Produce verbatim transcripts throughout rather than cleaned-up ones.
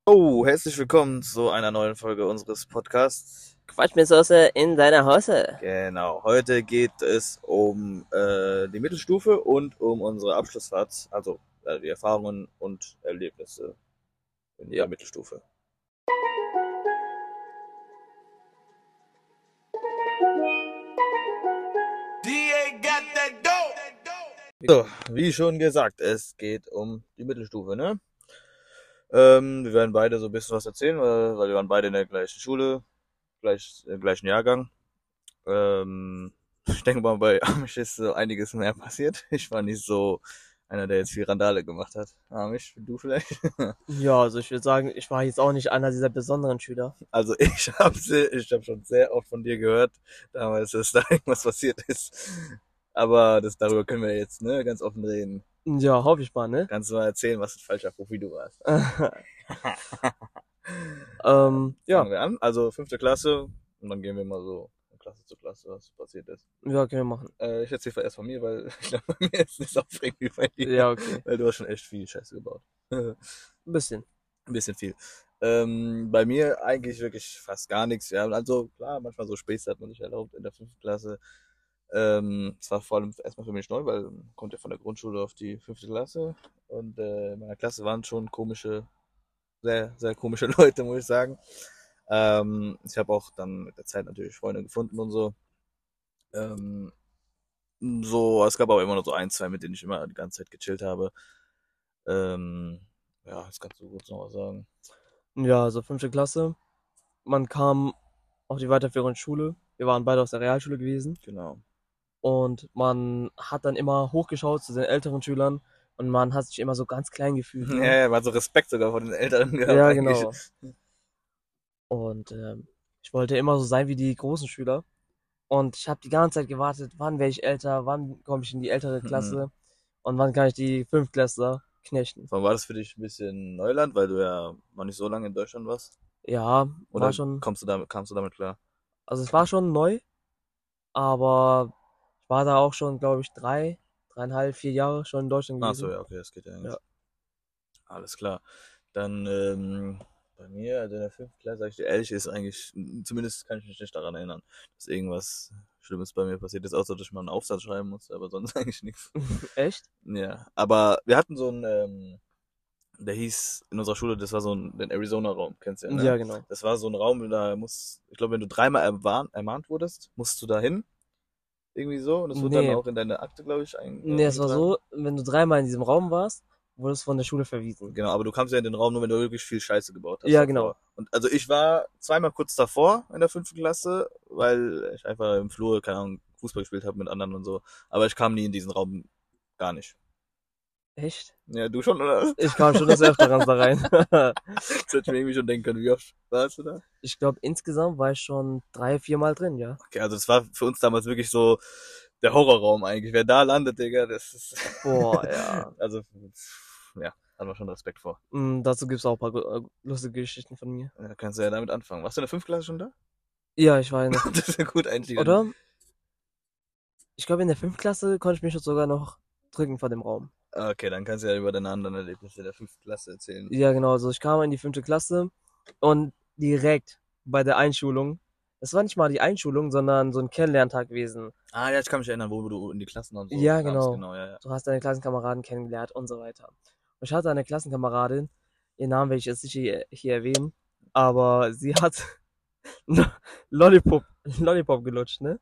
Oh, herzlich willkommen zu einer neuen Folge unseres Podcasts. Quatsch mit Soße in deiner Hose. Genau, heute geht es um äh, die Mittelstufe und um unsere Abschlussfahrt, also äh, die Erfahrungen und Erlebnisse in Ja. der Mittelstufe. So, wie schon gesagt, es geht um die Mittelstufe, ne? Ähm, wir werden beide so ein bisschen was erzählen, weil, weil wir waren beide in der gleichen Schule, gleich, im gleichen Jahrgang. Ähm, ich denke mal, bei Amish ist so einiges mehr passiert. Ich war nicht so einer, der jetzt viel Randale gemacht hat. Amish, du vielleicht? Ja, also ich würde sagen, ich war jetzt auch nicht einer dieser besonderen Schüler. Also ich habe ich hab schon sehr oft von dir gehört, damals, dass da irgendwas passiert ist. Aber das, darüber können wir jetzt ne, ganz offen reden. Ja, hoffe ich mal, ne? Kannst du mal erzählen, was ein falscher Profi du warst? ähm, ja, Fangen wir an. Also fünfte Klasse und dann gehen wir mal so von Klasse zu Klasse, was passiert ist. ja, können wir machen. Äh, ich erzähle erst von mir, weil ich glaube, bei mir ist es nicht so aufregend wie bei dir. Ja, okay. Weil du hast schon echt viel Scheiße gebaut. Ein bisschen. Ein bisschen viel. Ähm, bei mir eigentlich wirklich fast gar nichts. Ja, also klar, manchmal so Späße hat man sich erlaubt in der fünften Klasse. Ähm, es war vor allem erstmal für mich neu, weil man kommt ja von der Grundschule auf die fünfte Klasse. Und äh, in meiner Klasse waren schon komische, sehr, sehr komische Leute, muss ich sagen. Ähm, ich habe auch dann mit der Zeit natürlich Freunde gefunden und so. Ähm, so, es gab aber immer noch so ein, zwei, mit denen ich immer die ganze Zeit gechillt habe. Ähm, ja, das kannst du kurz noch was sagen. Ja, also fünfte Klasse. Man kam auf die weiterführende Schule. Wir waren beide aus der Realschule gewesen. Genau. Und man hat dann immer hochgeschaut zu den älteren Schülern. Und man hat sich immer so ganz klein gefühlt. Ja, Ne? ja, man hat so Respekt sogar vor den Eltern gehabt. Ja, eigentlich. genau. Und ähm, ich wollte immer so sein wie die großen Schüler. Und ich habe die ganze Zeit gewartet, wann werde ich älter, wann komme ich in die ältere Klasse und wann kann ich die Fünftklässler knechten. Wann war das für dich ein bisschen Neuland, weil du ja noch nicht so lange in Deutschland warst? Ja, Oder war schon, kommst du damit, kamst du damit klar? also es war schon neu, aber ich war da auch schon, glaube ich, drei, dreieinhalb, vier Jahre schon in Deutschland Ach so, gewesen. ja, okay, das geht ja eigentlich. Ja. Alles klar. Dann ähm, bei mir, also in der fünften Klasse, sag ich dir ehrlich, ist eigentlich, zumindest kann ich mich nicht daran erinnern, dass irgendwas Schlimmes bei mir passiert ist, außer dass ich mal einen Aufsatz schreiben musste, aber sonst eigentlich nichts. Echt? Ja, aber wir hatten so einen, ähm, der hieß in unserer Schule, das war so ein, den Arizona-Raum, kennst du ja, ne? Ja, genau. Das war so ein Raum, da muss, ich glaube, wenn du dreimal ermahnt, ermahnt wurdest, musst du da hin. Irgendwie so. Und das wird Nee. dann auch in deine Akte, glaube ich, ein, Nee, es war eingetragen. so, wenn du dreimal in diesem Raum warst, wurdest du von der Schule verwiesen. Genau, aber du kamst ja in den Raum nur, wenn du wirklich viel Scheiße gebaut hast. Ja, davor. genau. Und also ich war zweimal kurz davor in der fünften Klasse, weil ich einfach im Flur, keine Ahnung, Fußball gespielt habe mit anderen und so. Aber ich kam nie in diesen Raum, gar nicht. Echt? Ja, du schon, oder? Ich kam schon des Öfteren da rein. Das hätte ich mir irgendwie schon denken können. Wie oft warst du da? Ich glaube, insgesamt war ich schon drei, vier Mal drin, ja. Okay, also das war für uns damals wirklich so der Horrorraum eigentlich. Wer da landet, Digga, das ist... Boah, ja. Also, ja, hat man schon Respekt vor. Mm, dazu gibt's auch ein paar gu- äh, lustige Geschichten von mir. Da kannst du ja damit anfangen. Warst du in der fünften Klasse schon da? Ja, ich war in der, Das ist ja gut Einstieg. oder? Ich glaube, in der fünften Klasse konnte ich mich sogar noch drücken vor dem Raum. Okay, dann kannst du ja über deine anderen Erlebnisse der fünften Klasse erzählen. Ja, genau. Also ich kam in die fünfte Klasse und direkt bei der Einschulung, es war nicht mal die Einschulung, sondern so ein Kennenlerntag gewesen. Ah, ja, ich kann mich erinnern, wo du in die Klassen und so Ja, kamst. genau. genau ja, ja. Du hast deine Klassenkameraden kennengelernt und so weiter. Und ich hatte eine Klassenkameradin, ihren Namen werde ich jetzt nicht hier, hier erwähnen, aber sie hat Lollipop, Lollipop gelutscht, ne?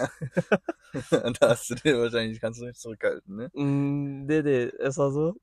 Und da hast du dir wahrscheinlich, kannst du nicht zurückhalten, ne? Mm, nee, nee, es war so.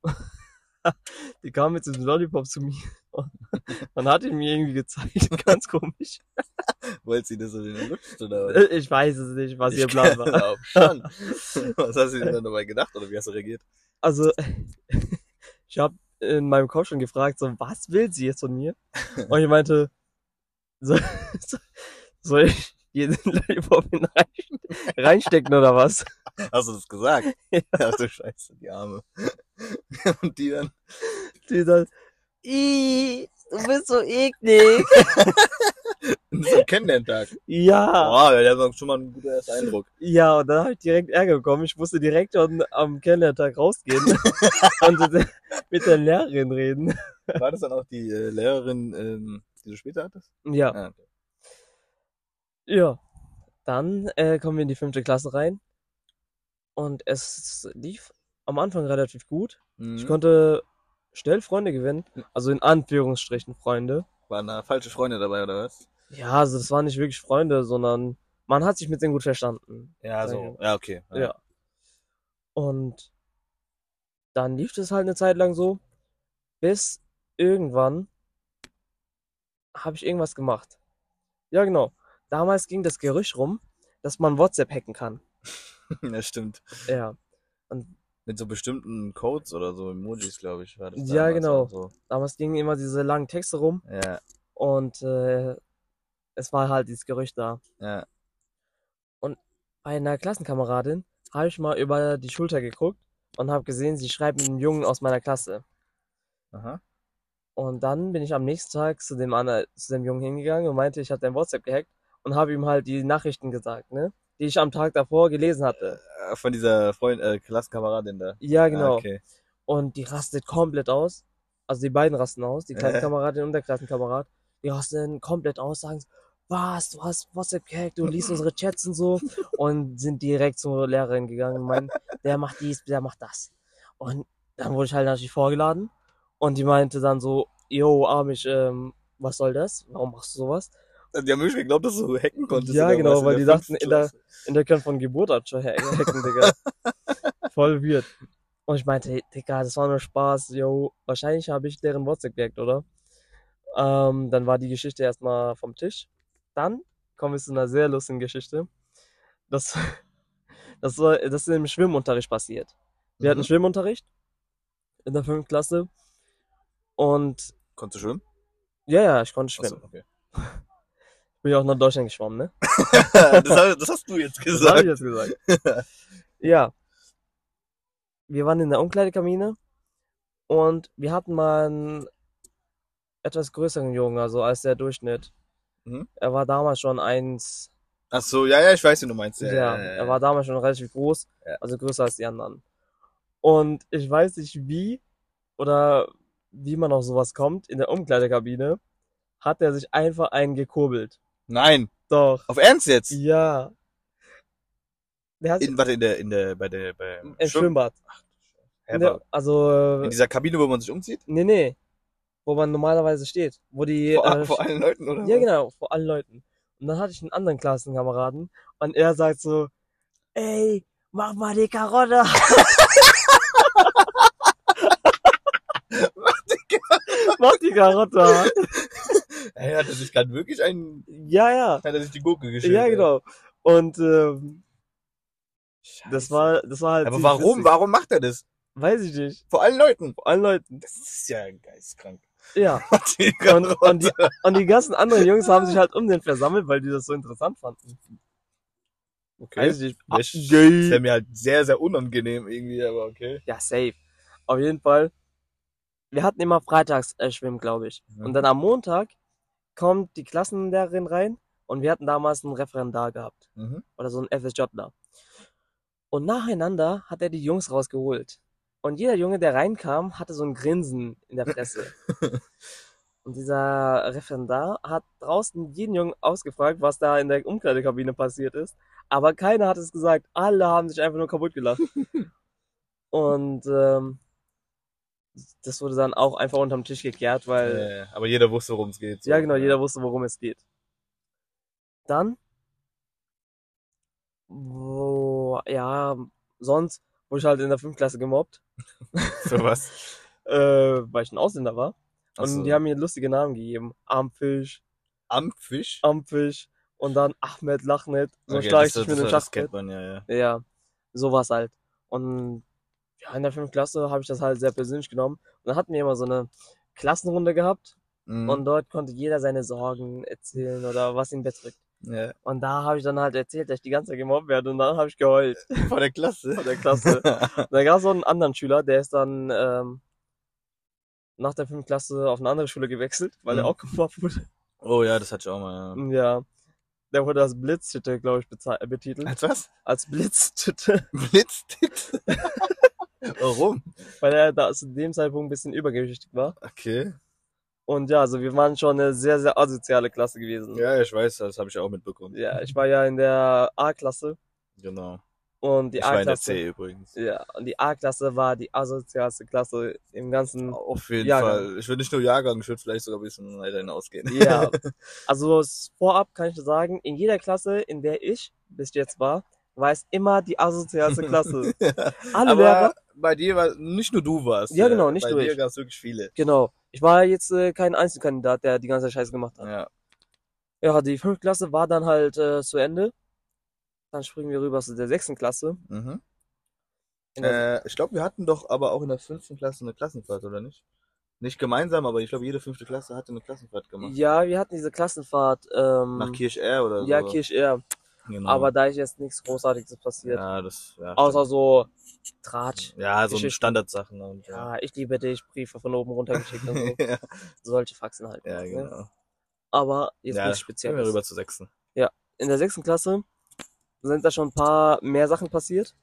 Die kam mit diesem Lollipop zu mir und, und hat ihn mir irgendwie gezeigt. Ganz komisch. Wollte sie das so den lutscht oder was? Ich weiß es nicht, was ihr Ich Plan war. glaub schon. Was hast du dir dann dabei gedacht oder wie hast du reagiert? Also, ich habe in meinem Kopf schon gefragt, so, was will sie jetzt von mir? Und ich meinte, so, so, soll ich jeden Lollipop in rein, reinstecken oder was? Hast du das gesagt? Ja. Ach du Scheiße, die Arme. Und die dann? Die dann, "Ih, du bist so eklig." Zum Kennenlerntag. Ja, Boah, der war schon mal ein guter erster Eindruck. ja, und dann habe ich direkt Ärger bekommen. Ich musste direkt schon am Kennenlerntag rausgehen und mit der Lehrerin reden. War das dann auch die äh, Lehrerin, ähm, die du später hattest? Ja, Ah, okay. ja. Dann äh, kommen wir in die fünfte Klasse rein und es lief am Anfang relativ gut. Ich Mhm. konnte schnell Freunde gewinnen, also in Anführungsstrichen Freunde. Waren da falsche Freunde dabei, oder was? Ja, also das waren nicht wirklich Freunde, sondern man hat sich mit denen gut verstanden. Ja, sag ich so. mal. Ja, okay. Ja. Und dann lief das halt eine Zeit lang so, bis irgendwann habe ich irgendwas gemacht. Ja, genau. Damals ging das Gerücht rum, dass man WhatsApp hacken kann. Ja, stimmt. Ja. Und Mit so bestimmten Codes oder so, Emojis, glaube ich, war das ja, damals genau. auch so. Damals gingen immer diese langen Texte rum Ja, und äh, es war halt dieses Gerücht da. ja. Und bei einer Klassenkameradin habe ich mal über die Schulter geguckt und habe gesehen, sie schreibt mit einem Jungen aus meiner Klasse. Aha. Und dann bin ich am nächsten Tag zu dem, anderen, zu dem Jungen hingegangen und meinte, ich hatte dein WhatsApp gehackt und habe ihm halt die Nachrichten gesagt, ne? Die ich am Tag davor gelesen hatte. Äh, Von dieser Freund, äh, Klassenkameradin da. Ja, Ah, genau. okay. Und die rastet komplett aus. Also die beiden rasten aus, die Äh. Klassenkameradin und der Klassenkamerad. Die rasten komplett aus, sagen, was, du hast WhatsApp gehackt, du liest unsere Chats und so. Und sind direkt zur Lehrerin gegangen und meinen, der macht dies, der macht das. Und dann wurde ich halt natürlich vorgeladen. Und die meinte dann so, yo, Amish, ähm, was soll das? Warum machst du sowas? Die haben wirklich geglaubt, dass du hacken konntest. Ja, oder genau, was, weil in die der dachten, fünften in der, Klasse. in der können von Geburt an schon ha- hacken, Digga. Voll weird. Und ich meinte, hey, Digga, das war nur Spaß, yo, wahrscheinlich habe ich deren WhatsApp gehackt, oder? Ähm, dann war die Geschichte erstmal vom Tisch. Dann kommen wir zu einer sehr lustigen Geschichte. Das, das, war, das ist im Schwimmunterricht passiert. Wir hatten Mhm. Schwimmunterricht in der fünften Klasse und Konntest du schwimmen? ja, ja, ich konnte schwimmen. Achso, okay. Ich bin ja auch nach Deutschland geschwommen, ne? das, hab- das hast du jetzt Das habe gesagt. ich jetzt gesagt. Ja, wir waren in der Umkleidekabine und wir hatten mal einen etwas größeren Jungen, also als der Durchschnitt. Mhm. Er war damals schon eins, Ach so, ja, ja, ich weiß, wie du meinst. ja, Ja, er war damals schon relativ groß, Ja. also größer als die anderen. Und ich weiß nicht wie oder wie man auf sowas kommt, in der Umkleidekabine hat er sich einfach einen gekurbelt. Nein, Doch, auf Ernst jetzt? ja. Der hat sich In, warte, in der, in der, bei der, bei im Schwimm- Schwimmbad. Hä, In der, aber also, in dieser Kabine, wo man sich umzieht? nee, nee, wo man normalerweise steht, wo die, Vor, äh, vor allen Leuten, oder? ja was? genau, vor allen Leuten. Und dann hatte ich einen anderen Klassenkameraden und er sagt so, ey, mach mal die Karotte. Mach die Karotte. Hey, hat er sich gerade wirklich einen, Ja, ja, hat er sich die Gurke geschält? ja, ey? genau. Und ähm, Scheiße. das war, das war halt Aber ziemlich warum? witzig. Warum macht er das? Weiß ich nicht. Vor allen Leuten. Vor allen Leuten. Das ist ja geistkrank. Ja. Die Und, und, die, Karotte. und die ganzen anderen Jungs haben sich halt um den versammelt, weil die das so interessant fanden. Okay. Weiß ich nicht. Ah, Das gay. wäre mir halt sehr, sehr unangenehm irgendwie, aber okay. Ja, safe. Auf jeden Fall. Wir hatten immer freitags äh, Schwimmen, glaube ich. Mhm. Und dann am Montag kommt die Klassenlehrerin rein und wir hatten damals einen Referendar gehabt. Mhm. Oder so einen F S Jler. Und nacheinander hat er die Jungs rausgeholt. Und jeder Junge, der reinkam, hatte so ein Grinsen in der Fresse. Und dieser Referendar hat draußen jeden Jungen ausgefragt, was da in der Umkleidekabine passiert ist. Aber keiner hat es gesagt. Alle haben sich einfach nur kaputt gelacht. Und ähm, das wurde dann auch einfach unterm Tisch gekehrt, weil, Äh, aber jeder wusste, worum es geht. so. ja genau, jeder wusste, worum es geht. Dann, wo, ja, sonst wurde ich halt in der fünften Klasse gemobbt, So was. äh, weil ich ein Ausländer war. Und Achso. die haben mir lustige Namen gegeben. Armfisch, Amtfisch? Amfisch und dann Ahmed Lachnet. So Okay, schlage ich das, dich mit das, dem das Schachbrett. kennt man, ja, ja. Ja, sowas halt. Und ja, in der fünften Klasse habe ich das halt sehr persönlich genommen. Und dann hatten wir immer so eine Klassenrunde gehabt. Mhm. Und dort konnte jeder seine Sorgen erzählen oder was ihn bedrückt. ja. Und da habe ich dann halt erzählt, dass ich die ganze Zeit gemobbt werde. Und dann habe ich geheult Vor der Klasse. von der Klasse. Und da gab es so einen anderen Schüler, der ist dann ähm, nach der fünften Klasse auf eine andere Schule gewechselt, weil er Mhm. auch gemobbt wurde. Oh ja, das hatte ich auch mal, ja. Ja, der wurde als Blitztitte, glaube ich, beza- äh, betitelt. Als was? Als Blitztitte, Blitztit? Warum? weil er da zu dem Zeitpunkt ein bisschen übergewichtig war. Okay. Und ja, also wir waren schon eine sehr, sehr asoziale Klasse gewesen. Ja, ich weiß, das habe ich auch mitbekommen. Ja, ich war ja in der A-Klasse Genau. und die Ich war in der A-Klasse, C übrigens. ja, und die A-Klasse war die asozialste Klasse im ganzen Auf jeden Jahrgang. Fall. Ich würde nicht nur Jahrgang, ich würde vielleicht sogar ein bisschen weiter hinausgehen. Ja, also s- vorab kann ich dir sagen, in jeder Klasse, in der ich bis jetzt war, war es immer die asozialste Klasse. Alle Aber Lehrer, bei dir war nicht nur du warst. ja äh, genau, nicht Bei nur dir ich. gab es wirklich viele. Genau. Ich war jetzt äh, kein Einzelkandidat, der die ganze Scheiße gemacht hat. Ja. Ja, die fünfte Klasse war dann halt äh, zu Ende. Dann springen wir rüber zu der sechsten Klasse. Mhm. In der, Äh, ich glaube, wir hatten doch aber auch in der fünften Klasse eine Klassenfahrt, oder nicht? Nicht gemeinsam, aber ich glaube, jede fünfte Klasse hatte eine Klassenfahrt gemacht. ja, wir hatten diese Klassenfahrt, Nach ähm, Kirch-Air oder ja, so. Kirch-Air. Genau. Aber da ist jetzt nichts Großartiges passiert. Ja, das, ja, Außer stimmt. so Tratsch. Ja, so Geschichten. Standardsachen und Ja, ich liebe dich, Briefe von oben runtergeschickt und so. ja. Solche Faxen halt. Ja, Ne? genau. Aber jetzt Ja, nichts gehen wir Spezielles. rüber zur sechsten. Ja, in der sechsten Klasse sind da schon ein paar mehr Sachen passiert.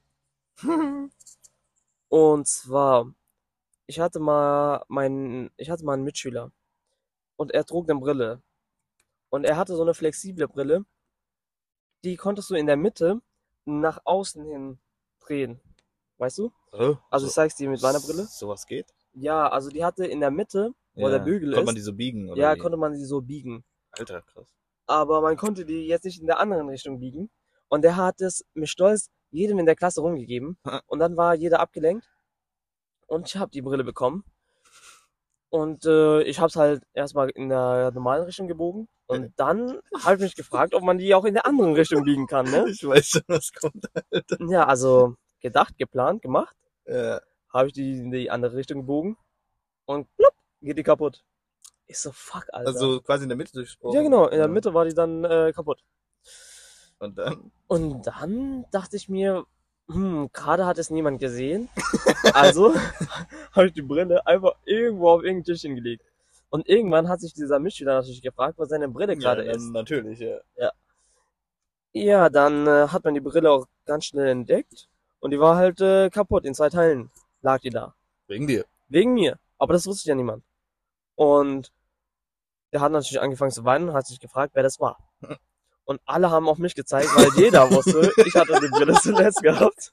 Und zwar, ich hatte mal meinen, ich hatte mal einen Mitschüler und er trug eine Brille. Und er hatte so eine flexible Brille, die konntest du in der Mitte nach außen hin drehen. Weißt du? Oh, Also so, ich zeig's dir mit meiner Brille. sowas geht? Ja, also die hatte in der Mitte, wo Ja. der Bügel Konnte man ist, die so biegen, oder ja, wie? konnte man sie so biegen. Alter, krass. Aber man konnte die jetzt nicht in der anderen Richtung biegen. Und der hat es mit Stolz jedem in der Klasse rumgegeben. Und dann war jeder abgelenkt. Und ich habe die Brille bekommen. Und äh, ich habe es halt erstmal in der normalen Richtung gebogen. Und dann habe ich mich gefragt, ob man die auch in der anderen Richtung biegen kann, ne? Ich weiß schon, was kommt. Ja, also gedacht, geplant, gemacht. Ja. Habe ich die in die andere Richtung gebogen. Und plopp, geht die kaputt. Ich so, fuck, Alter. Also quasi in der Mitte durchgesprochen. ja, genau, in der Ja. Mitte war die dann äh, kaputt. Und dann? Und dann dachte ich mir, hm, gerade hat es niemand gesehen. Also habe ich die Brille einfach irgendwo auf irgendein Tischchen gelegt. Und irgendwann hat sich dieser Mitschüler natürlich gefragt, wo seine Brille gerade ja, ist. dann natürlich, ja. Ja, dann äh, hat man die Brille auch ganz schnell entdeckt. Und die war halt äh, kaputt, in zwei Teilen lag die da. Wegen dir. Wegen mir. Aber das wusste ja niemand. Und der hat natürlich angefangen zu weinen und hat sich gefragt, wer das war. Und alle haben auf mich gezeigt, weil jeder wusste, ich hatte die Brille zuletzt gehabt.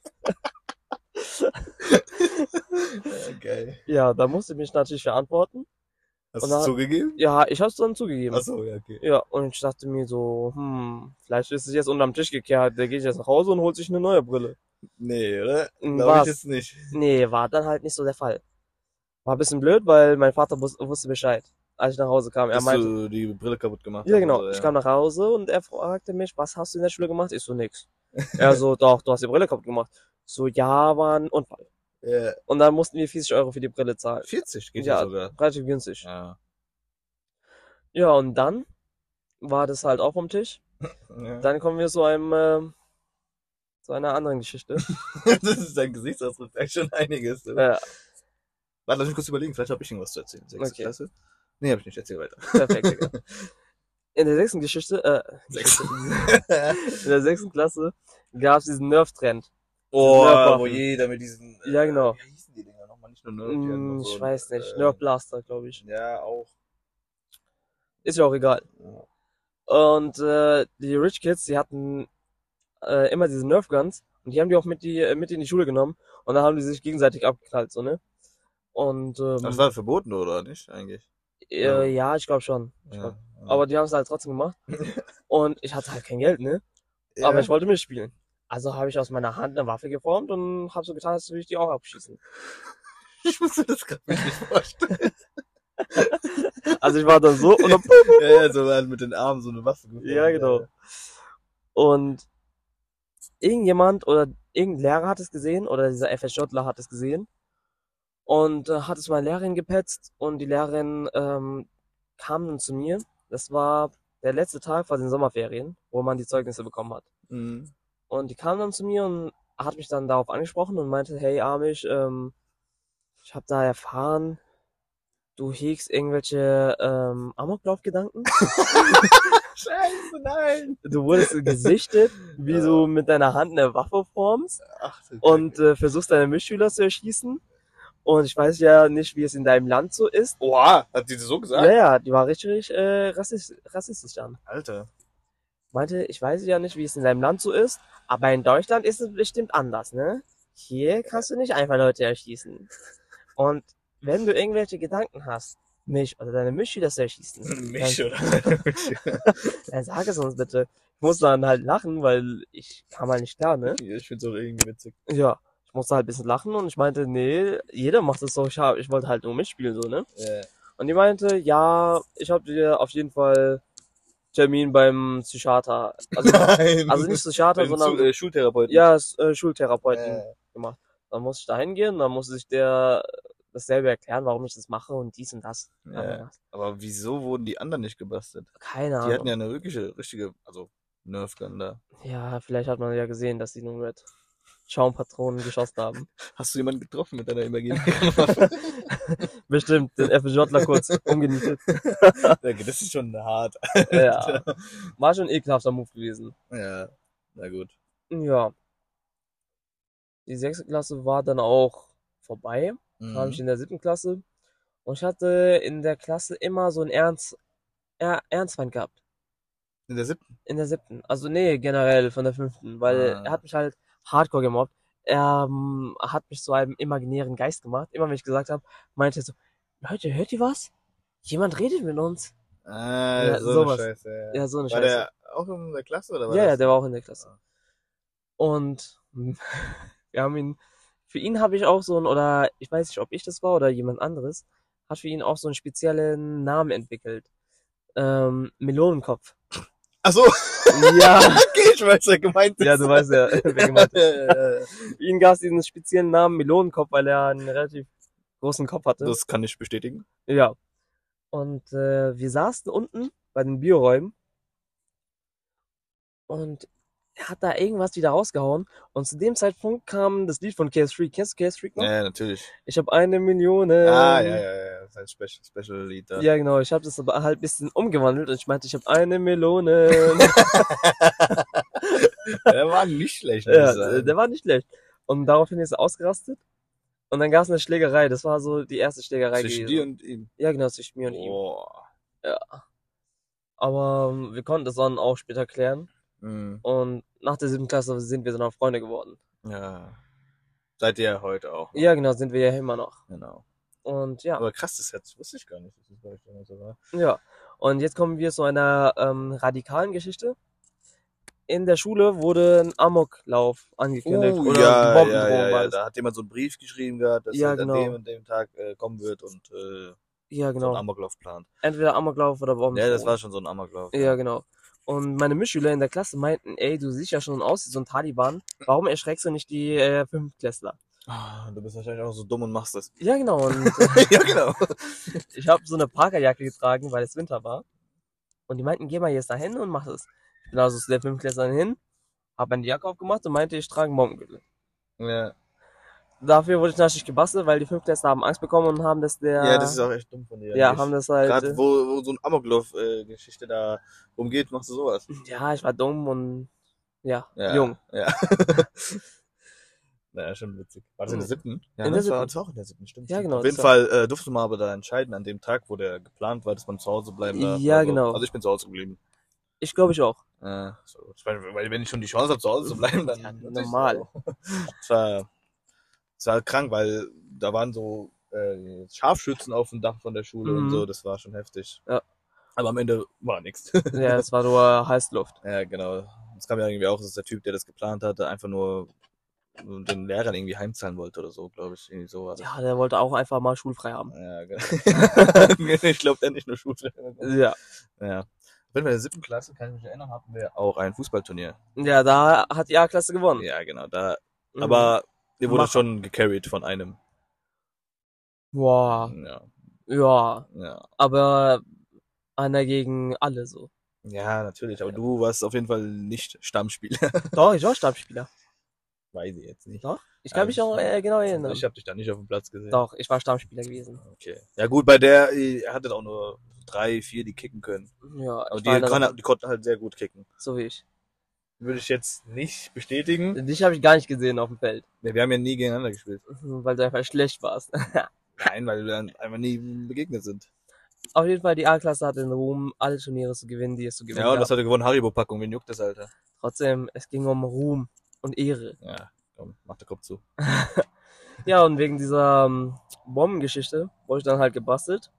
Ja, geil. Ja, da musste ich mich natürlich verantworten. Hast Und du dann- zugegeben? Ja, ich hab's dann zugegeben. Achso, ja, okay. Ja, und ich dachte mir so, hm, vielleicht ist es jetzt unterm Tisch gekehrt. Der geht jetzt nach Hause und holt sich eine neue Brille. Nee, oder? Hm, Glaube ich war's. jetzt nicht. Nee, war dann halt nicht so der Fall. War ein bisschen blöd, weil mein Vater wus wusste Bescheid, als ich nach Hause kam. Er Dass meinte, du die Brille kaputt gemacht ja hast genau, und so, ich ja. kam nach Hause und er fragte mich, was hast du in der Schule gemacht? Ich so, nix. Er so, doch, du hast die Brille kaputt gemacht. So, ja, war ein Unfall. Ja. Und dann mussten wir vierzig Euro für die Brille zahlen. vierzig geht ja, Ja, sogar. relativ günstig. Ja. Ja, und dann war das halt auch vom Tisch. ja. Dann kommen wir zu einem, ähm, zu einer anderen Geschichte. Das ist dein Gesichtsausdruck, sagt schon einiges. Du. Ja, Warte, lass mich kurz überlegen, vielleicht habe ich irgendwas zu erzählen. Sechste Okay. Klasse? Nee, hab ich nicht, erzähl weiter. perfekt, Digga. In der sechsten Geschichte, äh, Sechs. in der sechsten Klasse gab es diesen Nerf-Trend. Oh, Nerfwaffen. wo jeder mit diesen. Ja, genau. Wie hießen die Dinger nochmal? Nicht nur Nerf, die hatten Hm, noch so ich ein, weiß nicht. äh, Nerf Blaster, glaube ich. Ja, auch. Ist ja auch egal. Und äh, die Rich Kids, die hatten äh, immer diese Nerf Guns und die haben die auch mit die äh, mit in die Schule genommen und dann haben die sich gegenseitig abgeknallt, so, ne? Und ähm, Das war verboten, oder nicht, eigentlich? äh, ja, ich glaube schon. Ich Ja. glaub. Aber die haben es halt trotzdem gemacht. Und ich hatte halt kein Geld, ne? ja. Aber ich wollte mitspielen. Also habe ich aus meiner Hand eine Waffe geformt und habe so getan, als würde ich die auch abschießen. Ich muss mir das gerade nicht vorstellen. Also ich war dann so und dann ja, ja, so halt mit den Armen so eine Waffe gefunden. Ja, genau. Und irgendjemand oder irgendein Lehrer hat es gesehen oder dieser FSJler hat es gesehen und äh, hat es meiner Lehrerin gepetzt und die Lehrerin ähm, kam dann zu mir. Das war der letzte Tag vor den Sommerferien, wo man die Zeugnisse bekommen hat. Mhm. Und die kam dann zu mir und hat mich dann darauf angesprochen und meinte, hey Amish, ähm, ich habe da erfahren, du hegst irgendwelche ähm, Amoklaufgedanken. Scheiße, nein! Du wurdest gesichtet, wie Ja. du mit deiner Hand eine Waffe formst Ach, du und Kacke. äh, versuchst deine Mitschüler zu erschießen. Und ich weiß ja nicht, wie es in deinem Land so ist. Oha, hat die das so gesagt? Ja, ja, die war richtig äh, rassistisch, rassistisch dann. Alter. Meinte, ich weiß ja nicht, wie es in deinem Land so ist, aber in Deutschland ist es bestimmt anders, ne? Hier kannst du nicht einfach Leute erschießen. Und wenn du irgendwelche Gedanken hast, mich oder deine Mitschüler zu erschießen, Mich dann, oder mich? dann sag es uns bitte. Ich muss dann halt lachen, weil ich kam halt nicht klar, ne? Ich find's auch irgendwie witzig. Ja, ich musste halt ein bisschen lachen und ich meinte, nee, jeder macht es so, ich, hab, ich wollte halt nur mitspielen, so, ne? Ja. Und die meinte, ja, ich hab dir auf jeden Fall Termin beim Psychiater. Also, Nein. also nicht Psychiater, Beim sondern Zu- äh, Schultherapeuten. ja, s- äh, Schultherapeuten Äh, gemacht. Dann muss ich da hingehen, dann muss ich der dasselbe erklären, warum ich das mache und dies und das. ja. Aber wieso wurden die anderen nicht gebastelt? Keine Die hatten Ahnung. ja eine wirkliche, richtige, also Nerfgun da. Ja, vielleicht hat man ja gesehen, dass die nur mit Schaumpatronen geschossen haben. Hast du jemanden getroffen mit deiner imaginären Waffe? Bestimmt, den FSJler kurz umgenietet. Das ist schon hart. Ja, war schon ein ekelhafter Move gewesen. Ja, na gut. Ja, die sechste Klasse war dann auch vorbei. Mhm. War ich in der siebten Klasse. Und ich hatte in der Klasse immer so einen Ernst, er, Ernstfeind gehabt. In der siebten? In der siebten. Also nee, generell von der fünften. Weil Ah. er hat mich halt hardcore gemobbt. Er ähm, hat mich zu einem imaginären Geist gemacht. Immer wenn ich gesagt habe, meinte er so, Leute, hört ihr was? Jemand redet mit uns. Ah, Ja, so sowas. eine Scheiße. Ja, Ja, so eine war Scheiße. der auch in der Klasse oder war Ja, das? ja, der war auch in der Klasse. Ah. Und wir haben ihn, für ihn habe ich auch so ein, oder ich weiß nicht, ob ich das war oder jemand anderes, hat für ihn auch so einen speziellen Namen entwickelt. Ähm, Melonenkopf. Ach so. Ja. Okay, ich weiß, wer gemeint ist. Ja, du weißt ja, wer gemeint ist. Ja, ja, ja. Für ihn gab es diesen speziellen Namen Melonenkopf, weil er einen relativ großen Kopf hatte. Das kann ich bestätigen. Ja. Und äh, wir saßen unten bei den Bioräumen und er hat da irgendwas wieder rausgehauen. Und zu dem Zeitpunkt kam das Lied von K S drei. Kennst du K S drei noch? Ja, natürlich. Ich habe eine Million. Ah, ja, ja, ja. Das ist ein Special, Special Lied da. Ja, genau. Ich habe das aber halt ein bisschen umgewandelt und ich meinte, ich habe eine Melone. Der war nicht schlecht, muss ich Ja, sagen. der war nicht schlecht. Und daraufhin ist er ausgerastet. Und dann gab es eine Schlägerei. Das war so die erste Schlägerei Zwischen gewesen. dir und ihm. Ja, genau, zwischen mir und ihm. Boah. Aber ähm, wir konnten das dann auch später klären. Mhm. Und nach der siebten Klasse sind wir dann auch Freunde geworden. Ja. Seid ihr ja heute auch. noch. Ja, genau, sind wir ja immer noch. Genau. Und ja, Aber krass, das jetzt wusste ich gar nicht, dass das bei euch damals so war. ja. Und jetzt kommen wir zu einer ähm, radikalen Geschichte. In der Schule wurde ein Amoklauf angekündigt. Uh, oder ja, die Bombendrohung ja, ja, war ja. das. Da hat jemand so einen Brief geschrieben gehabt, dass Ja, halt genau. an dem und dem Tag äh, kommen wird und äh, Ja, so genau. einen Amoklauf plant. Entweder Amoklauf oder Bombendrohung. Ja, das war schon so ein Amoklauf. Ja, genau. Und meine Mitschüler in der Klasse meinten, ey, du siehst ja schon aus wie so ein Taliban. Warum erschreckst du nicht die äh, Fünftklässler? Ah, du bist wahrscheinlich auch so dumm und machst das. Ja, genau. Und Ja, genau. ich habe so eine Parkerjacke getragen, weil es Winter war. Und die meinten, geh mal jetzt da hin und mach es. Ich bin also zu der Fünftklässlerin hin, hab meine Jacke aufgemacht und meinte, ich trage einen Bombengürtel. Ja. Dafür wurde ich natürlich gebastelt, weil die Fünftklässler haben Angst bekommen und haben das der... Ja, das ist auch echt dumm von dir. Ja, eigentlich. haben das halt... Gerade äh, wo, wo so ein Amoklauf-Geschichte da rumgeht, machst du sowas. Ja, ich war dumm und... Ja, Ja. jung. Ja. Naja, schon witzig. War das in der siebten? Ja, In ne, der das war, siebten. das war auch in der siebten, stimmt. Ja, stimmt. genau, Auf jeden das war- Fall äh, durfte man aber da entscheiden an dem Tag, wo der geplant war, dass man zu Hause bleiben darf. Ja, oder so. genau. Also ich bin zu Hause geblieben. Ich glaube ich auch. Äh, so. Ich meine, weil wenn ich schon die Chance habe, zu Hause zu bleiben, dann Ja, natürlich normal. so. Es war, es war krank, weil da waren so äh, Scharfschützen auf dem Dach von der Schule und Mhm. so. Das war schon heftig. Ja. Aber am Ende war nichts. Ja, es war nur Heißluft. Ja, genau. Das kam ja irgendwie auch, dass der Typ, der das geplant hatte, einfach nur den Lehrern irgendwie heimzahlen wollte oder so, glaube ich. Irgendwie so war das. Ja, der wollte auch einfach mal schulfrei haben. Ja, genau. Ich glaube, der nicht nur Schulfrei. Ja. Ja. Wenn wir in der siebten Klasse, kann ich mich erinnern, hatten wir auch ein Fußballturnier. Ja, da hat die A-Klasse gewonnen. Ja, genau. Da, Mhm. aber der wurde Macher. schon gecarried von einem. Boah, Ja, ja, ja. aber einer gegen alle so. Ja, natürlich. Aber du warst auf jeden Fall nicht Stammspieler. Doch, ich war Stammspieler. Weiß ich jetzt nicht. Doch? Ich kann mich auch äh, genau erinnern. Ich habe dich da nicht auf dem Platz gesehen. Doch, ich war Stammspieler gewesen. Okay. Ja gut, bei der, ihr hattet auch nur drei, vier, die kicken können. Ja, Aber ich die, war einer kann, davon. die konnten halt sehr gut kicken. So wie ich. Würde ich jetzt nicht bestätigen. Dich habe ich gar nicht gesehen auf dem Feld. Ja, wir haben ja nie gegeneinander gespielt. Weil du einfach schlecht warst. Nein, weil wir dann einfach nie begegnet sind. Auf jeden Fall, die A-Klasse hatte den Ruhm, alle Turniere zu gewinnen, die es zu gewinnen Ja, und gab. das hat er gewonnen, Haribo-Packung. Wen juckt das, Alter? Trotzdem, es ging um Ruhm und Ehre. Ja, komm, mach den Kopf zu. Ja, und wegen dieser ähm, Bombengeschichte wurde ich dann halt gebastelt.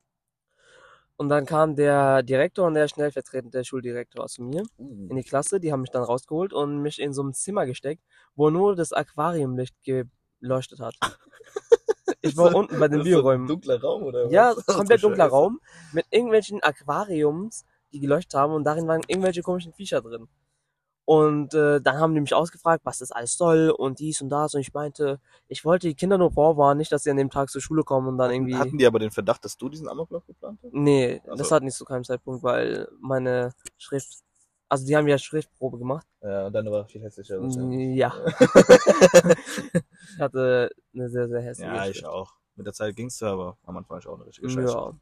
Und dann kam der Direktor und der stellvertretende Schuldirektor zu mir in die Klasse. Die haben mich dann rausgeholt und mich in so ein Zimmer gesteckt, wo nur das Aquariumlicht geleuchtet hat. Ich war So- unten bei den Das ist so ein Bioräumen. dunkler Raum, oder was? Ja, Ach, komplett du dunkler Scheiße. Raum mit irgendwelchen Aquariums, die geleuchtet haben und darin waren irgendwelche komischen Viecher drin. Und äh, dann haben die mich ausgefragt, was das alles soll und dies und das. Und ich meinte, ich wollte die Kinder nur vorwarnen, nicht, dass sie an dem Tag zur Schule kommen und dann irgendwie... Hatten die aber den Verdacht, dass du diesen Amoklauf geplant hast? Nee, Ach das so. hat nicht zu keinem Zeitpunkt, weil meine Schrift... Also die haben ja Schriftprobe gemacht. Ja, und deine war viel hässlicher. wahrscheinlich. Ja. Ich hatte eine sehr, sehr hässliche Ja, ich Schrift. auch. Mit der Zeit ging's ja, aber am Anfang ich auch eine richtige Scheiße. Ja.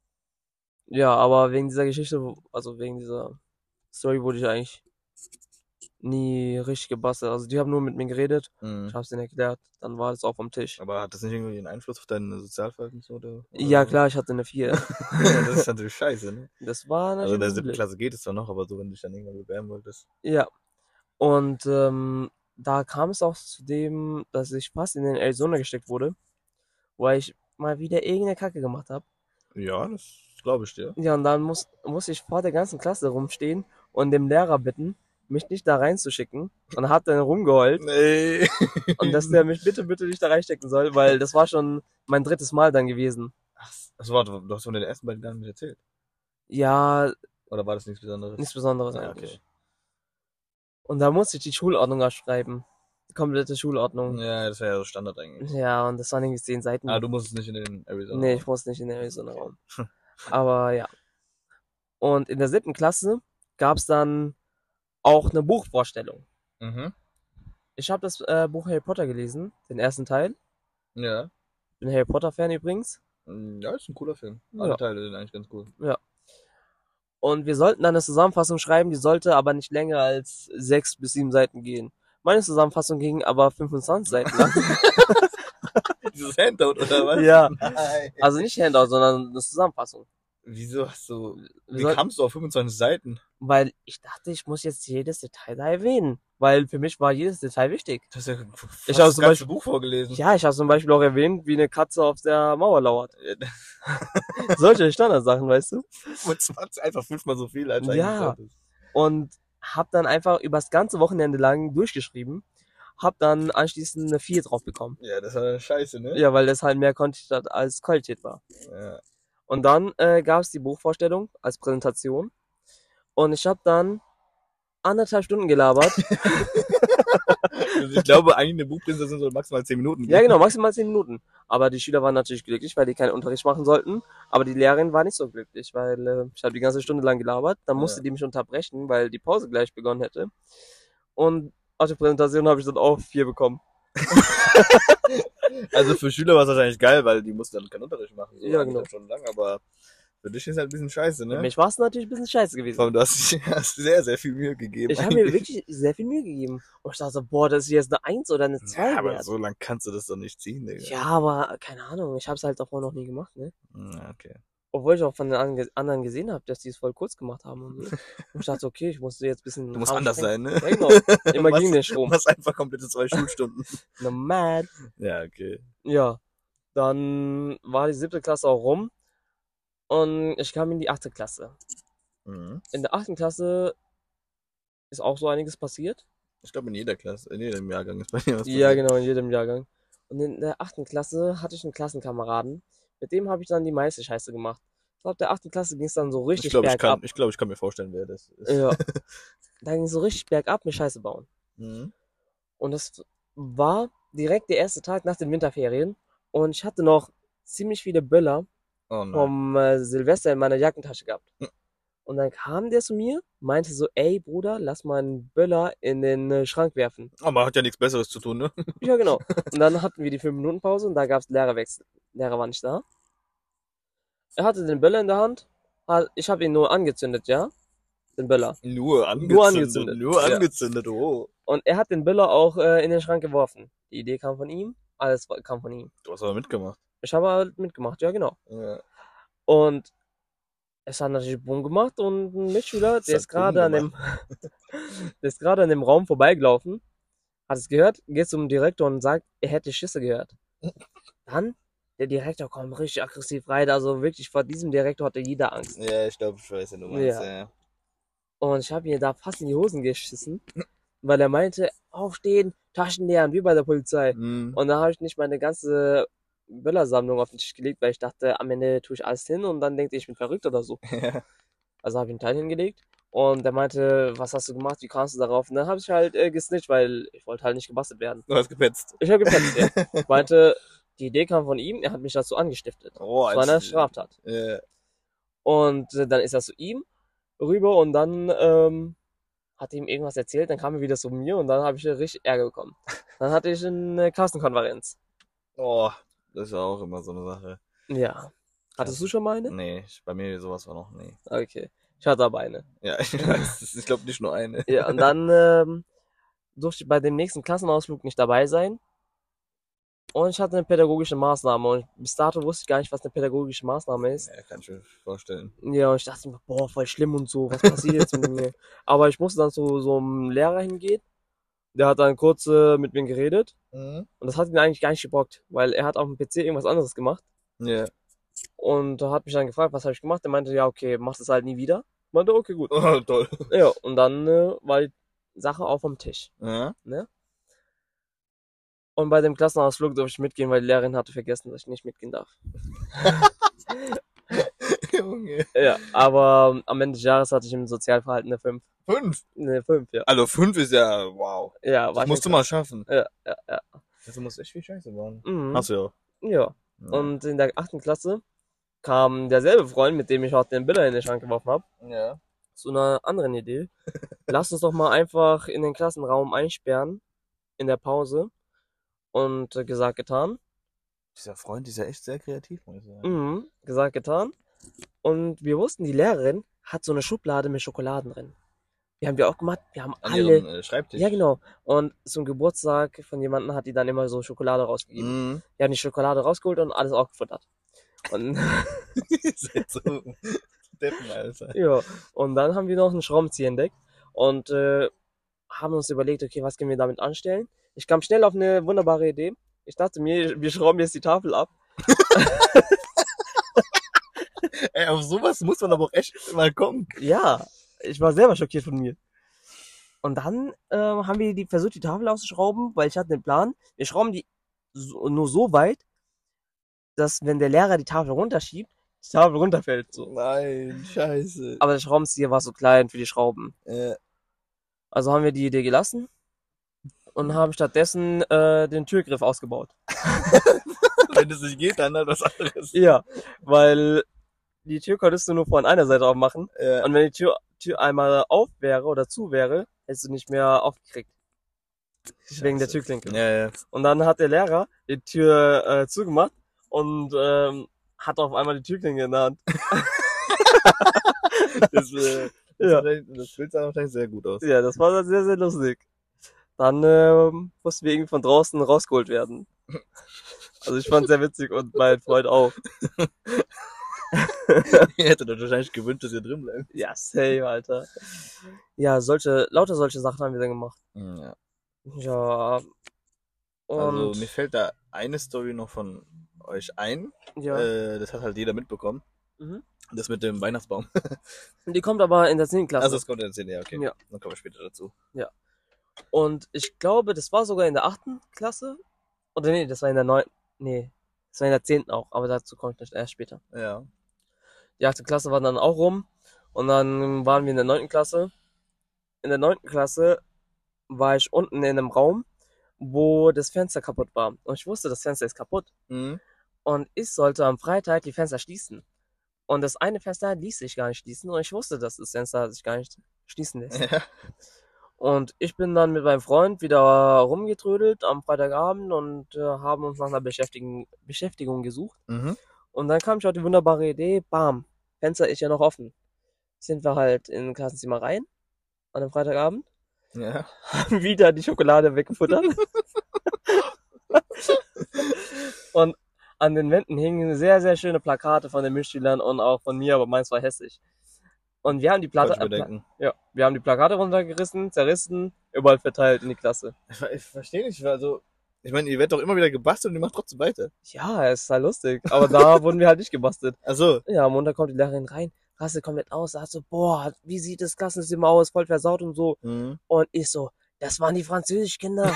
Ja, aber wegen dieser Geschichte, wo- also wegen dieser Story wurde ich eigentlich nie richtig gebastelt. Also die haben nur mit mir geredet, Mhm. ich hab's denen erklärt, dann war das auch vom Tisch. Aber hat das nicht irgendwie einen Einfluss auf dein Sozialverhalten so, oder? Ja oder klar, ich hatte eine vier. so? Ja, das ist natürlich scheiße, ne? Das war Also in der natürlich siebten blöd. Klasse geht es doch noch, aber so, wenn du dich dann irgendwann bewerben wolltest. Ja. Und ähm, da kam es auch zu dem, dass ich fast in den Arizona gesteckt wurde, weil ich mal wieder irgendeine Kacke gemacht habe. Ja, das glaube ich dir. Ja, und dann muss, muss ich vor der ganzen Klasse rumstehen und dem Lehrer bitten, mich nicht da reinzuschicken. Und er hat dann rumgeheult. Nee. Und dass der mich bitte, bitte nicht da reinstecken soll, weil das war schon mein drittes Mal dann gewesen. Ach, das war, du hast von den ersten beiden gar nicht erzählt. Ja, Oder war das nichts Besonderes? nichts Besonderes Ja, eigentlich. okay. Und da musste ich die Schulordnung abschreiben. Die komplette Schulordnung. Ja, das wäre ja so Standard eigentlich. Ja, und das waren irgendwie zehn Seiten. Ah, du musst nicht in den Arizona. Nee, ich muss nicht in den Arizona-Raum. Aber ja. Und in der siebten Klasse gab's dann auch eine Buchvorstellung. Mhm. Ich habe das äh, Buch Harry Potter gelesen, den ersten Teil. Ja. Bin Harry Potter-Fan übrigens. Ja, ist ein cooler Film. Ja. Alle Teile sind eigentlich ganz cool. Und wir sollten dann eine Zusammenfassung schreiben, die sollte aber nicht länger als sechs bis sieben Seiten gehen. Meine Zusammenfassung ging aber fünfundzwanzig Seiten lang. Dieses Handout, oder was? Ja. Nein. Also nicht Handout, sondern eine Zusammenfassung. Wieso hast du, Wir wie sollten, kamst du auf fünfundzwanzig Seiten? weil ich dachte, ich muss jetzt jedes Detail da erwähnen. Weil für mich war jedes Detail wichtig. Du hast ja fast Ich das habe zum ganze Beispiel- Buch vorgelesen. Ja, ich habe zum Beispiel auch erwähnt, wie eine Katze auf der Mauer lauert. Solche Standardsachen, weißt du? fünfundzwanzig, einfach fünfmal so viel als Ja. eigentlich. Und hab dann einfach übers ganze Wochenende lang durchgeschrieben. Hab dann anschließend eine vier drauf bekommen. Ja, das war scheiße, ne? Ja, weil das halt mehr Quantität als Qualität war. Ja. Und dann äh, gab es die Buchvorstellung als Präsentation. Und ich habe dann anderthalb Stunden gelabert. Also ich glaube, eigentlich eine Buchpräsentation soll maximal zehn Minuten gehen. Ja, genau, maximal zehn Minuten. Aber die Schüler waren natürlich glücklich, weil die keinen Unterricht machen sollten. Aber die Lehrerin war nicht so glücklich, weil äh, ich habe die ganze Stunde lang gelabert. Dann musste Ja. die mich unterbrechen, weil die Pause gleich begonnen hätte. Und auf der Präsentation habe ich dann auch vier bekommen. Also für Schüler war es wahrscheinlich geil, weil die mussten dann keinen Unterricht machen. So Ja, anderthalb genau. Stunden lang, aber für dich ist halt ein bisschen scheiße, Für ne? mich war es natürlich ein bisschen scheiße gewesen. Vor allem, du hast dich hast sehr, sehr viel Mühe gegeben. Ich habe mir eigentlich. wirklich sehr viel Mühe gegeben. Und ich dachte so, boah, das ist jetzt eine Eins oder eine zwei Ja, aber wert. so lang kannst du das doch nicht ziehen, Digga. Ja, aber keine Ahnung, ich habe es halt davor noch nie gemacht, ne? Ja, okay. Obwohl ich auch von den ange- anderen gesehen habe, dass die es voll kurz gemacht haben. Und, so. Und ich dachte, okay, ich musste jetzt ein bisschen... Du musst hart anders springen. sein, ne? Ja, genau. Immer Du gegen den machst- Strom. Du machst einfach komplette zwei Schulstunden. Nomad. Ja, okay. Ja, dann war die siebte Klasse auch rum und ich kam in die achte Klasse. Mhm. In der achten Klasse ist auch so einiges passiert. Ich glaube, in jeder Klasse, in jedem Jahrgang ist bei dir was Ja, passiert. genau, in jedem Jahrgang. Und in der achten Klasse hatte ich einen Klassenkameraden, mit dem habe ich dann die meiste Scheiße gemacht. Ich glaube, der achten Klasse ging es dann so richtig Ich glaube, ich bergab. kann, ich glaube, ich kann mir vorstellen, wer das ist. Ja, da ging es so richtig bergab mit Scheiße bauen. Mhm. Und das war direkt der erste Tag nach den Winterferien und ich hatte noch ziemlich viele Böller Oh nein. vom äh, Silvester in meiner Jackentasche gehabt. Hm. Und dann kam der zu mir, meinte so, ey Bruder, lass mal einen Böller in den äh, Schrank werfen. Aber man hat ja nichts Besseres zu tun, ne? Ja, genau. Und dann hatten wir die fünf Minuten Pause und da gab's Lehrerwechsel. Lehrer war nicht da. Er hatte den Böller in der Hand. Hat- Ich habe ihn nur angezündet, ja? Den Böller. Nur angezündet. Nur angezündet. Nur Ja. angezündet, oh. Und er hat den Böller auch äh, in den Schrank geworfen. Die Idee kam von ihm, alles war- kam von ihm. Du hast aber mitgemacht. Ich habe halt mitgemacht, ja genau. Ja. Und es hat natürlich Bumm gemacht und ein Mitschüler, Es der hat ist gerade Bumm an dem, der ist gerade an dem Raum vorbeigelaufen, hat es gehört, geht zum Direktor und sagt, er hätte Schüsse gehört. Dann, der Direktor kommt richtig aggressiv rein, also wirklich vor diesem Direktor hatte jeder Angst. Ja, ich glaube, ich weiß, was du meinst, Ja. ja. Und ich habe mir da fast in die Hosen geschissen, weil er meinte, aufstehen, Taschen leeren, wie bei der Polizei. Mhm. Und da habe ich nicht meine ganze Böllersammlung auf den Tisch gelegt, weil ich dachte, am Ende tue ich alles hin und dann denkt er, ich bin verrückt oder so. Ja. Also habe ich einen Teil hingelegt und der meinte, was hast du gemacht, wie kamst du darauf? Und dann habe ich halt äh, gesnitcht, weil ich wollte halt nicht gebastelt werden. Du hast gepetzt. Ich habe gepetzt, ja. Ich meinte, die Idee kam von ihm, er hat mich dazu angestiftet. Oh, Das war eine als- Straftat. Ja. Und äh, dann ist er zu ihm rüber und dann ähm, hat ihm irgendwas erzählt, dann kam er wieder zu mir und dann habe ich richtig Ärger bekommen. Dann hatte ich eine Klassenkonferenz. Oh, das ist ja auch immer so eine Sache. Ja. Hattest du schon mal eine? Nee, ich- bei mir sowas war noch nie. Okay. Ich hatte aber eine. Ja, ich weiß, das ist, ich glaube nicht nur eine. Ja, und dann ähm, durfte ich bei dem nächsten Klassenausflug nicht dabei sein. Und ich hatte eine pädagogische Maßnahme. Und bis dato wusste ich gar nicht, was eine pädagogische Maßnahme ist. Ja, kann ich mir vorstellen. Ja, und ich dachte mir, boah, voll schlimm und so, was passiert jetzt mit mir? Aber ich musste dann zu so einem Lehrer hingehen. Der hat dann kurz äh, mit mir geredet. Mhm. Und das hat ihn eigentlich gar nicht gebockt, weil er hat auf dem P C irgendwas anderes gemacht. Ja. Und er hat mich dann gefragt, was habe ich gemacht? Er meinte, ja, okay, mach das halt nie wieder. Ich meinte, okay, gut. Oh, toll. Ja, und dann äh, war die Sache auf vom Tisch. Ja. Und bei dem Klassenausflug durfte ich mitgehen, weil die Lehrerin hatte vergessen, dass ich nicht mitgehen darf. Junge. Ja, aber ähm, am Ende des Jahres hatte ich im Sozialverhalten eine fünf. Fünf. Eine fünf, ja. Also fünf ist ja, wow. Ja, war Das ich musst du nicht mal schaffen. krass. Ja, ja, ja. Du musst echt viel Scheiße machen. Mhm. Hast du ja auch. Ja. Und in der achten Klasse kam derselbe Freund, mit dem ich auch den Biller in den Schrank geworfen habe, Ja. zu einer anderen Idee. Lass uns doch mal einfach in den Klassenraum einsperren, in der Pause. Und äh, gesagt, getan. Dieser Freund ist ja echt sehr kreativ, muss ich sagen. Mhm, gesagt, getan. Und wir wussten, die Lehrerin hat so eine Schublade mit Schokoladen drin. Die haben wir auch gemacht. Wir haben An alle. ihrem äh, Schreibtisch. Ja, genau. Und zum Geburtstag von jemandem hat die dann immer so Schokolade rausgegeben. Mhm. Die haben die Schokolade rausgeholt und alles aufgefuttert. Und Ihr seid so Deppen, Alter. ja, und dann haben wir noch einen Schraubenzieher entdeckt und äh, haben uns überlegt, okay, was können wir damit anstellen? Ich kam schnell auf eine wunderbare Idee. Ich dachte mir, wir schrauben jetzt die Tafel ab. Ey, auf sowas muss man aber auch echt mal kommen. Ja, ich war selber schockiert von mir. Und dann ähm, haben wir die, versucht, die Tafel auszuschrauben, weil ich hatte den Plan, wir schrauben die so, nur so weit, dass wenn der Lehrer die Tafel runterschiebt, die Tafel runterfällt. So. Nein, scheiße. Aber der Schraubenzieher war so klein für die Schrauben. Äh, Also haben wir die Idee gelassen und haben stattdessen äh, den Türgriff ausgebaut. wenn es nicht geht, dann halt was anderes. Ja, weil die Tür konntest du nur von einer Seite aufmachen. Äh, Und wenn die Tür, Tür einmal auf wäre oder zu wäre, hättest du nicht mehr aufgekriegt. Wegen der Scheiße. Türklinke. Ja, ja. Und dann hat der Lehrer die Tür äh, zugemacht und ähm, hat auf einmal die Türklinke in der Hand. Das, äh, das, Ja. das Bild sah wahrscheinlich sehr gut aus. Ja, das war dann sehr, sehr lustig. Dann ähm, mussten wir irgendwie von draußen rausgeholt werden. Also ich fand sehr witzig und mein Freund auch. Ihr hättet euch wahrscheinlich gewünscht, dass ihr drin bleibt. Ja, safe, Alter. Ja, solche, lauter solche Sachen haben wir dann gemacht. Ja. Ja. Und Also mir fällt da eine Story noch von euch ein. ja. Äh, das hat halt jeder mitbekommen. Mhm. Das mit dem Weihnachtsbaum. Die kommt aber in der zehnten Klasse. Also das kommt in der Szene, ja, okay. Ja. Dann kommen wir später dazu. Und ich glaube, das war sogar in der achten Klasse. Oder nee, das war in der neunten. Nee, das war in der zehnten auch, aber dazu komme ich nicht erst später. Ja. Die achte Klasse war dann auch rum. Und dann waren wir in der neunten Klasse. In der neunten Klasse war ich unten in einem Raum, wo das Fenster kaputt war. Und ich wusste, das Fenster ist kaputt. Mhm. Und ich sollte am Freitag die Fenster schließen. Und das eine Fenster ließ sich gar nicht schließen und ich wusste, dass das Fenster sich gar nicht schließen lässt. Ja. Und ich bin dann mit meinem Freund wieder rumgetrödelt am Freitagabend und äh, haben uns nach einer Beschäftigung, Beschäftigung gesucht. Mhm. Und dann kam ich auf die wunderbare Idee, bam, Fenster ist ja noch offen. Sind wir halt in ein Klassenzimmer rein an einem Freitagabend, Ja. haben wieder die Schokolade weggefuttert. Und an den Wänden hingen sehr, sehr schöne Plakate von den Mitschülern und auch von mir, aber meins war hässlich. Und wir haben die Plate, Konnte ich mir äh, Pla- denken. ja, wir haben die Plakate runtergerissen, zerrissen, überall verteilt in die Klasse. Ich, ich verstehe nicht, also, ich meine, ihr werdet doch immer wieder gebastelt und ihr macht trotzdem weiter. Ja, es ist halt lustig. Aber da wurden wir halt nicht gebastelt. Also, Ja, am Montag kommt die Lehrerin rein, rastet komplett aus, sagt so, boah, wie sieht das Klassenzimmer aus, voll versaut und so. mhm. Und ich so, das waren die Französischkinder.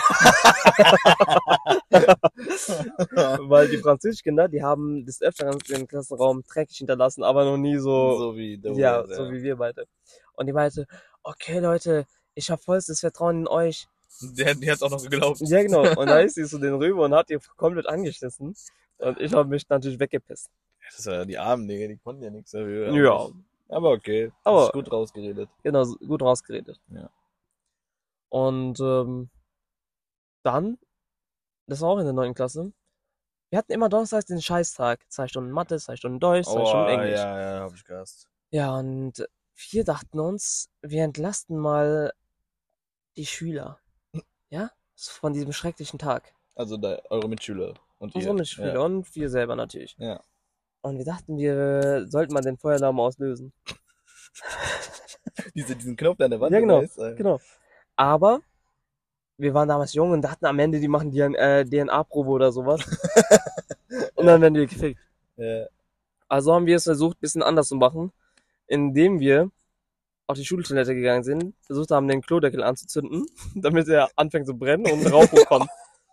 Weil die Französischkinder, die haben des Öfteren den Klassenraum dreckig hinterlassen, aber noch nie so, so wie The ja, Whale, so wie wir beide. Und die meinte, okay Leute, ich habe vollstes Vertrauen in euch. Der, die hat's auch noch geglaubt. Ja, genau. Und da ist sie zu denen rüber und hat die komplett angeschissen. Und ich habe mich natürlich weggepisst. Das ist ja die armen Digga, die konnten ja nichts dafür. Ja. Aber okay. Aber- Aber ist gut rausgeredet. Genau, so gut rausgeredet. Ja. Und ähm, dann, das war auch in der neunten Klasse, wir hatten immer donnerstags den Scheißtag. Zwei Stunden Mathe, zwei Stunden Deutsch, zwei Oh, Stunden Englisch. ja, ja, hab ich gehasst. Ja, und wir dachten uns, wir entlasten mal die Schüler. Ja? Von diesem schrecklichen Tag. Also da, eure Mitschüler und Unsere ihr. Mitschüler Ja. und wir selber natürlich. Ja. Und wir dachten, wir sollten mal den Feueralarm auslösen. Diese, diesen Knopf da an der Wand. Ja, genau, weißt du? genau. Aber wir waren damals jung und dachten am Ende, die machen die äh, D N A-Probe oder sowas. Und dann werden wir gefickt. Ja. Also haben wir es versucht, ein bisschen anders zu machen, indem wir auf die Schultoilette gegangen sind, versucht haben, den Klodeckel anzuzünden, damit er anfängt zu brennen und Rauch hochkommt.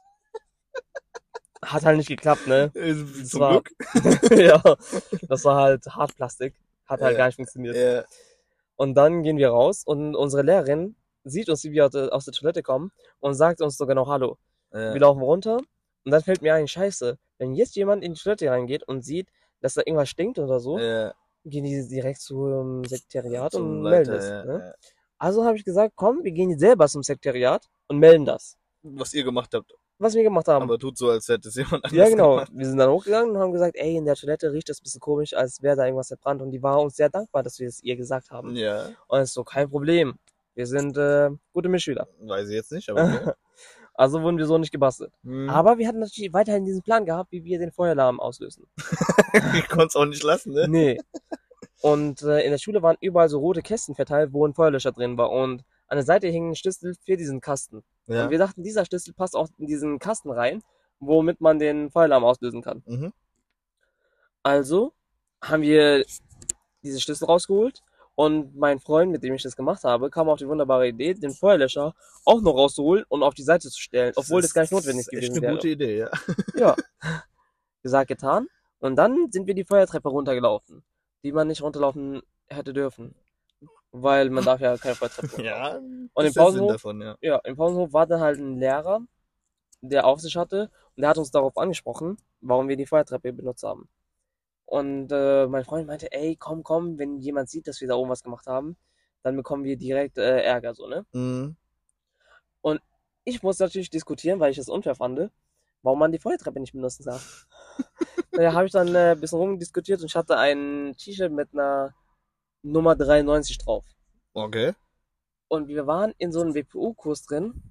Hat halt nicht geklappt, ne? Zum war- Glück. Ja, das war halt Hartplastik. Hat halt Ja. gar nicht funktioniert. Ja. Und dann gehen wir raus und unsere Lehrerin sieht uns, wie wir aus der- aus der Toilette kommen und sagt uns sogar noch Hallo. Ja. Wir laufen runter und dann fällt mir ein, Scheiße, wenn jetzt jemand in die Toilette reingeht und sieht, dass da irgendwas stinkt oder so, Ja. gehen die direkt zum Sekretariat Zum und Leiter, melden es. ja, Ne? ja. Also habe ich gesagt, komm, wir gehen jetzt selber zum Sekretariat und melden das, Was ihr gemacht habt. was wir gemacht haben. Aber tut so, als hätte es jemand anders Ja, genau. gemacht. Wir sind dann hochgegangen und haben gesagt, ey, in der Toilette riecht das ein bisschen komisch, als wäre da irgendwas verbrannt. Und die war uns sehr dankbar, dass wir es ihr gesagt haben. Ja. Und es ist so, kein Problem. Wir sind äh, gute Mitschüler. Weiß ich jetzt nicht, aber okay. Also wurden wir so nicht gebastelt. Hm. Aber wir hatten natürlich weiterhin diesen Plan gehabt, wie wir den Feueralarm auslösen. Ich konnte es auch nicht lassen, ne? Nee. Und äh, in der Schule waren überall so rote Kästen verteilt, wo ein Feuerlöscher drin war. Und an der Seite hing ein Schlüssel für diesen Kasten. Ja. Und wir dachten, dieser Schlüssel passt auch in diesen Kasten rein, womit man den Feueralarm auslösen kann. Mhm. Also haben wir diese Schlüssel rausgeholt und mein Freund, mit dem ich das gemacht habe, kam auf die wunderbare Idee, den Feuerlöscher auch noch rauszuholen und auf die Seite zu stellen, obwohl das, gar nicht notwendig ist echt gewesen eine wäre. gute Idee, ja. Ja. Gesagt, getan. Und dann sind wir die Feuertreppe runtergelaufen, die man nicht runterlaufen hätte dürfen. Weil man darf ja keine Feuertreppe runterlaufen. Ja. Und ist im der Sinn Pausenhof, davon, ja. ja, im Pausenhof war dann halt ein Lehrer, der Aufsicht hatte und der hat uns darauf angesprochen, warum wir die Feuertreppe benutzt haben. Und äh, mein Freund meinte, ey, komm, komm, wenn jemand sieht, dass wir da oben was gemacht haben, dann bekommen wir direkt äh, Ärger, so, ne? Mhm. Ich muss natürlich diskutieren, weil ich es unfair fand, warum man die Feuertreppe nicht benutzen darf. Da habe ich dann äh, ein bisschen rumdiskutiert und ich hatte ein T-Shirt mit einer Nummer dreiundneunzig drauf. Okay. Und wir waren in so einem W P U-Kurs drin,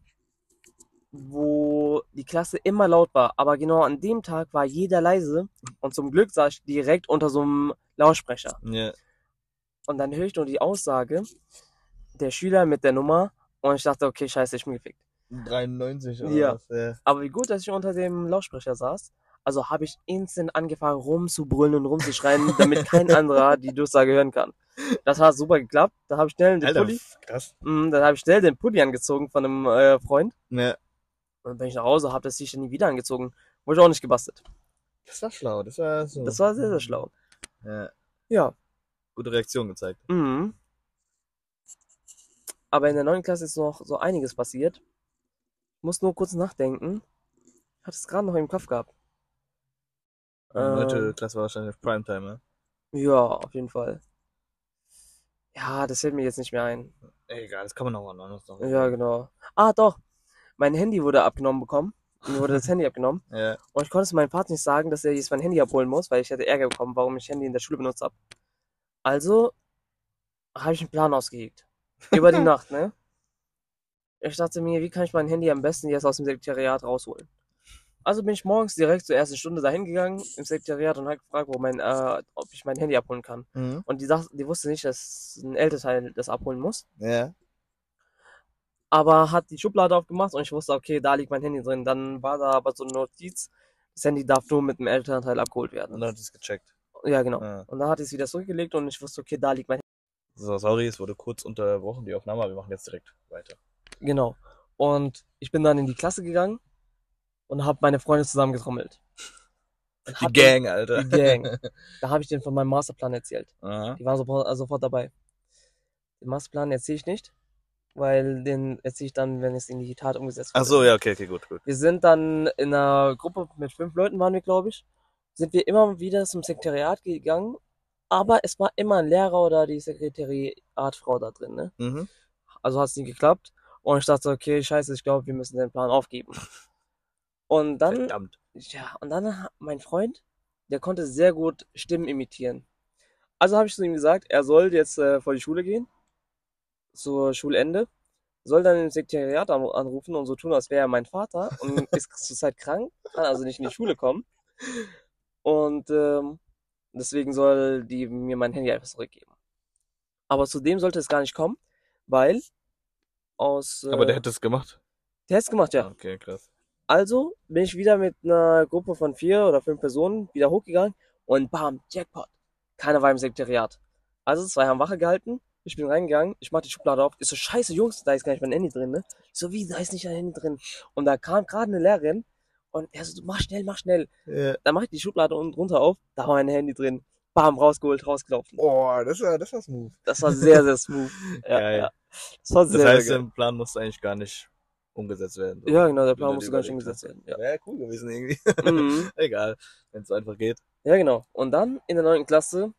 wo die Klasse immer laut war. Aber genau an dem Tag war jeder leise. Und zum Glück saß ich direkt unter so einem Lautsprecher. Ja. Und dann höre ich nur die Aussage, der Schüler mit der Nummer. Und ich dachte, okay, scheiße, ich bin gefickt. dreiundneunzig oder Ja. was? Ja. Aber wie gut, dass ich unter dem Lautsprecher saß. Also habe ich instant angefangen rumzubrüllen und rumzuschreien, damit kein anderer die Durchsage hören kann. Das hat super geklappt. Da habe ich schnell den Alter, Pulli, krass. mh, dann habe ich schnell den Pulli angezogen von einem äh, Freund. Ja. Und dann bin ich nach Hause, habe das T-Shirt nie wieder angezogen. Wurde ich auch nicht gebastelt. Das war schlau, das war so. Das war sehr, sehr schlau. Ja. Ja. Gute Reaktion gezeigt. Mhm. Aber in der neunten Klasse ist noch so einiges passiert. Ich muss nur kurz nachdenken. Ich hatte es gerade noch im Kopf gehabt. Neunte Ähm, Klasse war wahrscheinlich Primetime, ne? Ja, auf jeden Fall. Ja, das fällt mir jetzt nicht mehr ein. Egal, das kann man noch mal anders noch Ja, reden. genau. Ah, doch. Mein Handy wurde abgenommen bekommen. Mir wurde das Handy abgenommen. Ja. Und ich konnte es meinem Vater nicht sagen, dass er jetzt mein Handy abholen muss, weil ich hätte Ärger bekommen, warum ich Handy in der Schule benutzt habe. Also habe ich einen Plan ausgehegt. Über die Nacht, ne? Ich dachte mir, wie kann ich mein Handy am besten jetzt aus dem Sekretariat rausholen? Also bin ich morgens direkt zur ersten Stunde dahin gegangen im Sekretariat und habe gefragt, wo mein, äh, ob ich mein Handy abholen kann. Mhm. Und die, dacht, die wusste nicht, dass ein Elternteil das abholen muss. Ja. Aber hat die Schublade aufgemacht und ich wusste, okay, da liegt mein Handy drin. Dann war da aber so eine Notiz, das Handy darf nur mit dem Elternteil abgeholt werden. Und dann hat es gecheckt. Ja, genau. Ja. Und dann hat es wieder zurückgelegt und ich wusste, okay, da liegt mein So, sorry, es wurde kurz unterbrochen, die Aufnahme, aber wir machen jetzt direkt weiter. Handy. Genau. Und ich bin dann in die Klasse gegangen und habe meine Freunde zusammengetrommelt. Und Die hab Gang, den, Alter. Die Gang. Da habe ich denen von meinem Masterplan erzählt. Aha. Die waren sofort, also sofort dabei. Den Masterplan erzähle ich nicht, weil den erzähle ich dann, wenn es in die Tat umgesetzt Ach wird. so, ja, okay, okay, gut, gut. Wir sind dann in einer Gruppe mit fünf Leuten, waren wir, glaube ich, sind wir immer wieder zum Sekretariat gegangen, aber es war immer ein Lehrer oder die Sekretariatfrau da drin, ne? Mhm. Also hat es nicht geklappt und ich dachte, okay, scheiße, ich glaube, wir müssen den Plan aufgeben. Und dann, Verdammt. ja, und dann ha- mein Freund, der konnte sehr gut Stimmen imitieren. Also habe ich zu ihm gesagt, er soll jetzt äh, vor die Schule gehen, zur Schulende, soll dann im Sekretariat an- anrufen und so tun, als wäre er mein Vater und ist zurzeit krank, kann also nicht in die Schule kommen. Und ähm, deswegen soll die mir mein Handy einfach zurückgeben. Aber zu dem sollte es gar nicht kommen, weil aus... Äh, Aber der hätte es gemacht. der hat's gemacht, ja. Okay, krass. Also bin ich wieder mit einer Gruppe von vier oder fünf Personen wieder hochgegangen und bam, Jackpot. Keiner war im Sekretariat. Also zwei haben Wache gehalten. Ich bin reingegangen, ich mach die Schublade auf. Ich so, scheiße, Jungs, da ist gar nicht mein Handy drin, ne? Ich so, wie, da ist nicht dein Handy drin? Und da kam gerade eine Lehrerin und er so, mach schnell, mach schnell. Ja. Dann mach ich die Schublade unten drunter auf, da war mein Handy drin. Bam, rausgeholt, rausgelaufen. Boah, das war, das war smooth. Das war sehr, sehr smooth. Ja, Geil. ja. Das war Das sehr, heißt, sehr geil. der Plan musste eigentlich gar nicht umgesetzt werden. So, Ja, genau, der wie Plan du musste dir gar nicht überlegt umgesetzt hast. werden. Ja. Wäre cool gewesen irgendwie. Mhm. Egal, wenn es so einfach geht. Ja, genau. Und dann in der neunten Klasse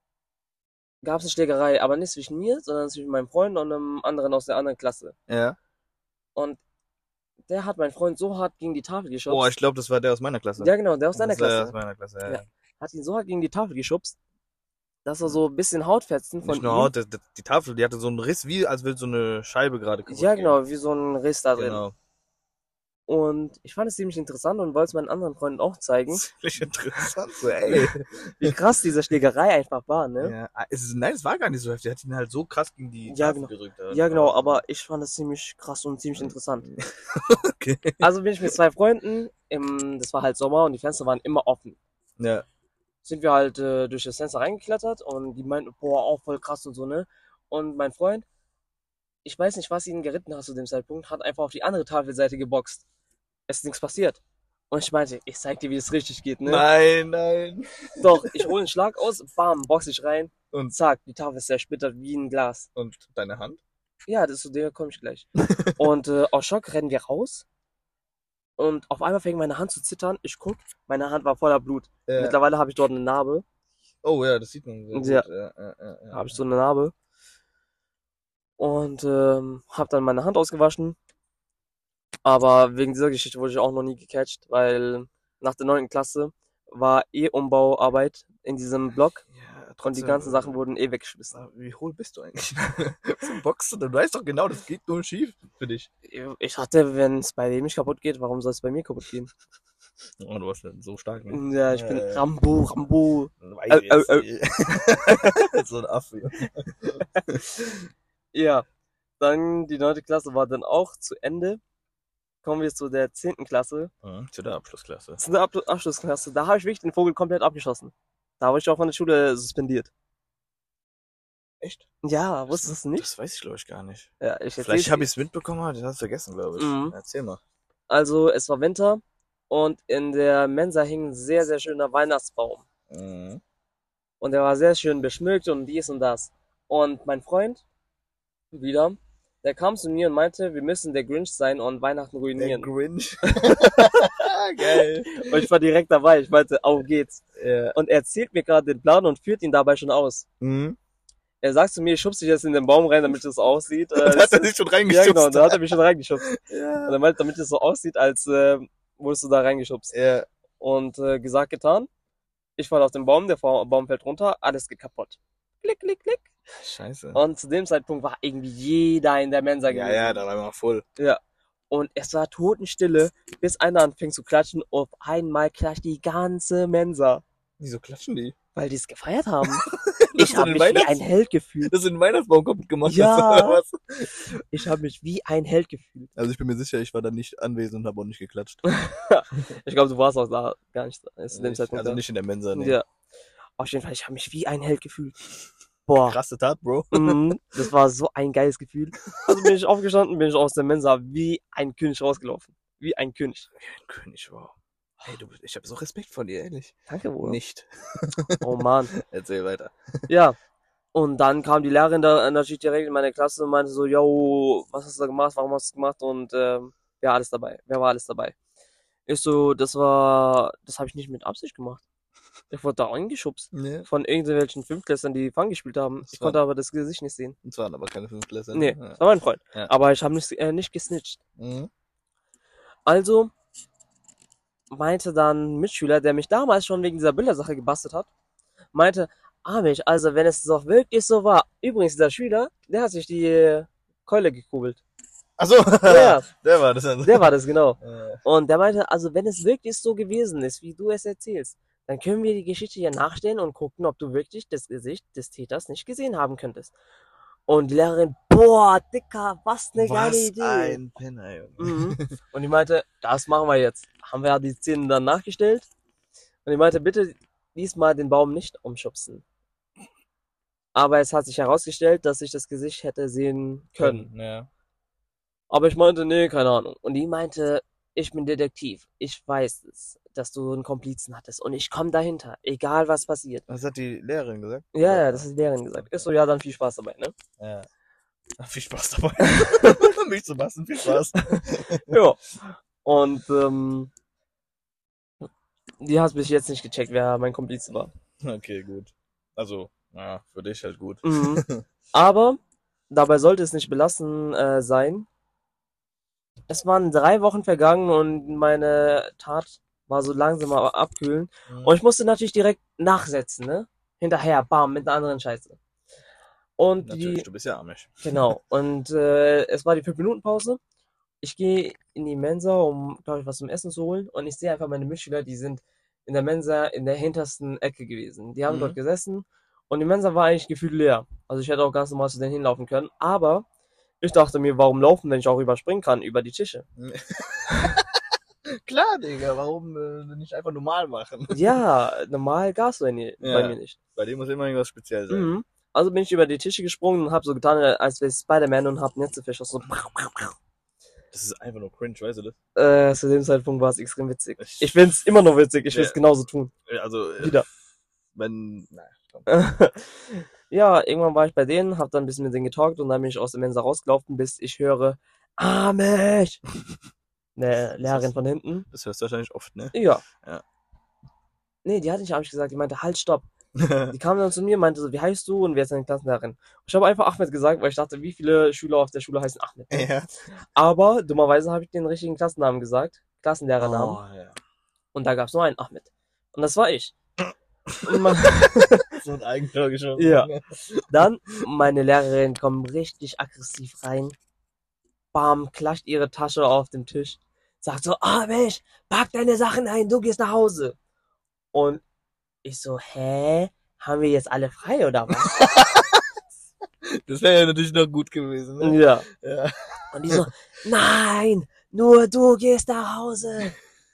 gab es eine Schlägerei, aber nicht zwischen mir, sondern zwischen meinem Freund und einem anderen aus der anderen Klasse. Ja. Und der hat meinen Freund so hart gegen die Tafel geschubst. Boah, ich glaube, das war der aus meiner Klasse. Ja, genau, der aus deiner Das war der Klasse. aus meiner Klasse, ja. Ja. ja. Hat ihn so hart gegen die Tafel geschubst, dass er so ein bisschen Hautfetzen von Nicht nur ihm. Haut, das, das, die Tafel, die hatte so einen Riss, wie als würde so eine Scheibe gerade kaputt Ja, gehen. genau, wie so ein Riss da drin. Genau. Und ich fand es ziemlich interessant und wollte es meinen anderen Freunden auch zeigen, Ziemlich interessant, so, ey. wie krass diese Schlägerei einfach war, ne? Ja, ah, es ist, nein, es war gar nicht so heftig. Er hat ihn halt so krass gegen die Ja, Tafel genau. gedrückt. Alter. Ja, genau, aber ich fand es ziemlich krass und ziemlich interessant. Okay. Also bin ich mit zwei Freunden, im, das war halt Sommer und die Fenster waren immer offen. Ja. Sind wir halt äh, durch das Fenster reingeklettert und die meinten, boah, auch voll krass und so, ne? Und mein Freund, ich weiß nicht, was ihn geritten hat zu dem Zeitpunkt, hat einfach auf die andere Tafelseite geboxt. Es ist nichts passiert. Und ich meinte, ich zeig dir, wie es richtig geht, ne? Nein, nein. Doch, ich hole einen Schlag aus, bam, box ich rein und Und, zack, die Tafel ist zersplittert wie ein Glas. und deine Hand? Ja, das ist zu der komme ich gleich. Und äh, aus Schock rennen wir raus. Und auf einmal fängt meine Hand zu zittern. Ich guck, meine Hand war voller Blut. Ja. Mittlerweile habe ich dort eine Narbe. Oh ja, das sieht man sehr Ja. gut. Ja, ja, ja, ja. Habe ich so eine Narbe. Und ähm, habe dann meine Hand ausgewaschen. Aber wegen dieser Geschichte wurde ich auch noch nie gecatcht, weil nach der neunten Klasse war eh Umbauarbeit in diesem Block Ja, und die trotzdem, ganzen Sachen äh, wurden eh weggeschmissen. Wie hohl bist du eigentlich? Zum Boxen? Du weißt doch genau, das geht nur schief für dich. Ich dachte, wenn es bei dem nicht kaputt geht, warum soll es bei mir kaputt gehen? Oh, du warst ja so stark, ne? Ja, ich bin Äh. Rambo, Rambo. Weiß Au, ich jetzt au, au. nicht. So ein Affe. Ja, dann die neunte Klasse war dann auch zu Ende. Kommen wir zu der zehnten Klasse. Mhm, zu der Abschlussklasse. Zu der Ab Abschlussklasse. Da habe ich wirklich den Vogel komplett abgeschossen. Da wurde ich auch von der Schule suspendiert. Echt? Ja, wusstest du nicht? Das weiß ich, glaube ich, gar nicht. Ja, ich Vielleicht erzähl's habe dir. ich es mitbekommen, aber das hast du vergessen, glaube ich. Mhm. Erzähl mal. Also, es war Winter und in der Mensa hing ein sehr, sehr schöner Weihnachtsbaum. Mhm. Und der war sehr schön beschmückt und dies und das. Und mein Freund, wieder, der kam zu mir und meinte, wir müssen der Grinch sein und Weihnachten Der ruinieren. Grinch. Geil. Und ich war direkt dabei. Ich meinte, auf geht's. Ja. Und er erzählt mir gerade den Plan und führt ihn dabei schon aus. Mhm. Er sagt zu mir, ich schubse dich jetzt in den Baum rein, damit es aussieht. Äh, Da hat er sich schon ja, reingeschubst. genau, da hat er mich schon reingeschubst. Ja. Und er meinte, damit es so aussieht, als äh, wurdest du da reingeschubst. Ja. Und äh, gesagt, getan. Ich falle auf den Baum, der Baum fällt runter, alles geht kaputt. Klick, klick, klick. Scheiße. Und zu dem Zeitpunkt war irgendwie jeder in der Mensa Ja, gewesen. ja, da war immer voll. Ja. Und es war Totenstille, bis einer anfing zu klatschen. Auf einmal klatscht die ganze Mensa. Wieso klatschen die? Weil die es gefeiert haben. Das Ich habe mich wie ein Held gefühlt. Das in den Weihnachtsbaum kaputt gemacht Ja. hast, oder was? Ich habe mich wie ein Held gefühlt. Also ich bin mir sicher, ich war da nicht anwesend und habe auch nicht geklatscht. Ich glaube, du warst auch da gar nicht. Zu dem Ich, Zeitpunkt also da. nicht in der Mensa, nee. Ja. Auf jeden Fall, ich habe mich wie ein Held gefühlt. Boah. Krasse Tat, Bro. Mhm, das war so ein geiles Gefühl. Also bin ich aufgestanden, bin ich aus der Mensa wie ein König rausgelaufen. Wie ein König. Wie ein König, wow. Hey, du, ich habe so Respekt vor dir, ehrlich. Danke, Bruder. Nicht. Oh Mann. Erzähl weiter. Ja. Und dann kam die Lehrerin da natürlich direkt in meine Klasse und meinte so, yo, was hast du da gemacht, warum hast du das gemacht und ähm, wer alles dabei, wer war alles dabei? Ich so, das war, das habe ich nicht mit Absicht gemacht. Ich wurde da eingeschubst Nee. von irgendwelchen Fünftklässlern, die Fang gespielt haben. Das Ich war- konnte aber das Gesicht nicht sehen. Das waren aber keine Fünftklässler. Nee, Ja. das war mein Freund. Ja. Aber ich habe nicht, äh, nicht gesnitcht. Mhm. Also meinte dann ein Mitschüler, der mich damals schon wegen dieser Bildersache gebastelt hat, meinte, Amish, also wenn es doch wirklich so war. Übrigens, dieser Schüler, der hat sich die äh, Keule gekugelt. Achso, Ja, der war das. Also. der war das, genau. Äh, Und der meinte, also wenn es wirklich so gewesen ist, wie du es erzählst, dann können wir die Geschichte hier nachstellen und gucken, ob du wirklich das Gesicht des Täters nicht gesehen haben könntest. Und die Lehrerin, boah, Dicker, was eine geile was Idee. ein Penner, Junge. Mhm. Und die meinte, das machen wir jetzt. Haben wir ja die Szenen dann nachgestellt. Und die meinte, bitte diesmal den Baum nicht umschubsen. Aber es hat sich herausgestellt, dass ich das Gesicht hätte sehen können. Ja. Aber ich meinte, nee, keine Ahnung. Und die meinte, ich bin Detektiv. Ich weiß es, dass du einen Komplizen hattest. Und ich komme dahinter, egal was passiert. Was hat die Lehrerin gesagt? Ja, ja, das hat die Lehrerin gesagt. Ist so, ja, dann viel Spaß dabei, ne? Ja. Ach, viel Spaß dabei. Mich zu basteln, viel Spaß. Ja. Und ähm, die hat bis jetzt nicht gecheckt, wer mein Komplize war. Okay, gut. Also, ja, für dich halt gut. Mhm. Aber dabei sollte es nicht belassen äh, sein. Es waren drei Wochen vergangen und meine Tat war so langsam am abkühlen. Mhm. Und ich musste natürlich direkt nachsetzen, ne? Hinterher, bam, mit einer anderen Scheiße. Und Natürlich, die, du bist ja Amish. genau. Und äh, es war die fünf Minuten Pause. Ich gehe in die Mensa, um, glaube ich, was zum Essen zu holen. Und ich sehe einfach meine Mitschüler, die sind in der Mensa in der hintersten Ecke gewesen. Die haben Mhm. dort gesessen. Und die Mensa war eigentlich gefühlt leer. Also ich hätte auch ganz normal zu denen hinlaufen können. Aber ich dachte mir, warum laufen, wenn ich auch überspringen kann über die Tische? Klar, Digga, warum äh, nicht einfach normal machen? Ja, normal gab's bei mir, Ja. bei mir nicht. Bei dem muss immer irgendwas speziell sein. Mhm. Also bin ich über die Tische gesprungen und habe so getan, als wäre ich Spider-Man und habe Netze verschossen. Das ist einfach nur cringe, weißt du das? Äh, zu dem Zeitpunkt war es extrem witzig. Ich find's immer noch witzig, ich will's Ja. genauso tun. Also, äh, Wieder. wenn, na, komm. Ja, irgendwann war ich bei denen, hab dann ein bisschen mit denen getalkt und dann bin ich aus der Mensa rausgelaufen, bis ich höre, Amish! Eine Lehrerin von hinten. Das hörst du wahrscheinlich oft, ne? Ja. Ja. Nee, die hat nicht Amish gesagt, die meinte, halt, stopp. Die kam dann zu mir, meinte so, wie heißt du und wer ist deine Klassenlehrerin? Ich habe einfach Ahmed gesagt, weil ich dachte, wie viele Schüler auf der Schule heißen Ahmed? Ja. Aber dummerweise habe ich den richtigen Klassennamen gesagt, Klassenlehrernamen. Oh, ja. Und da gab es nur einen Ahmed. Und das war ich. Und man, So ein Eigentor geschossen. Ja. Dann, meine Lehrerin kommt richtig aggressiv rein. Bam, klatscht ihre Tasche auf den Tisch. Sagt so, ah Mensch, pack deine Sachen ein, du gehst nach Hause. Und ich so, hä? Haben wir jetzt alle frei oder was? Das wäre ja natürlich noch gut gewesen, ne? Ja. Ja. Und die so, nein, nur du gehst nach Hause.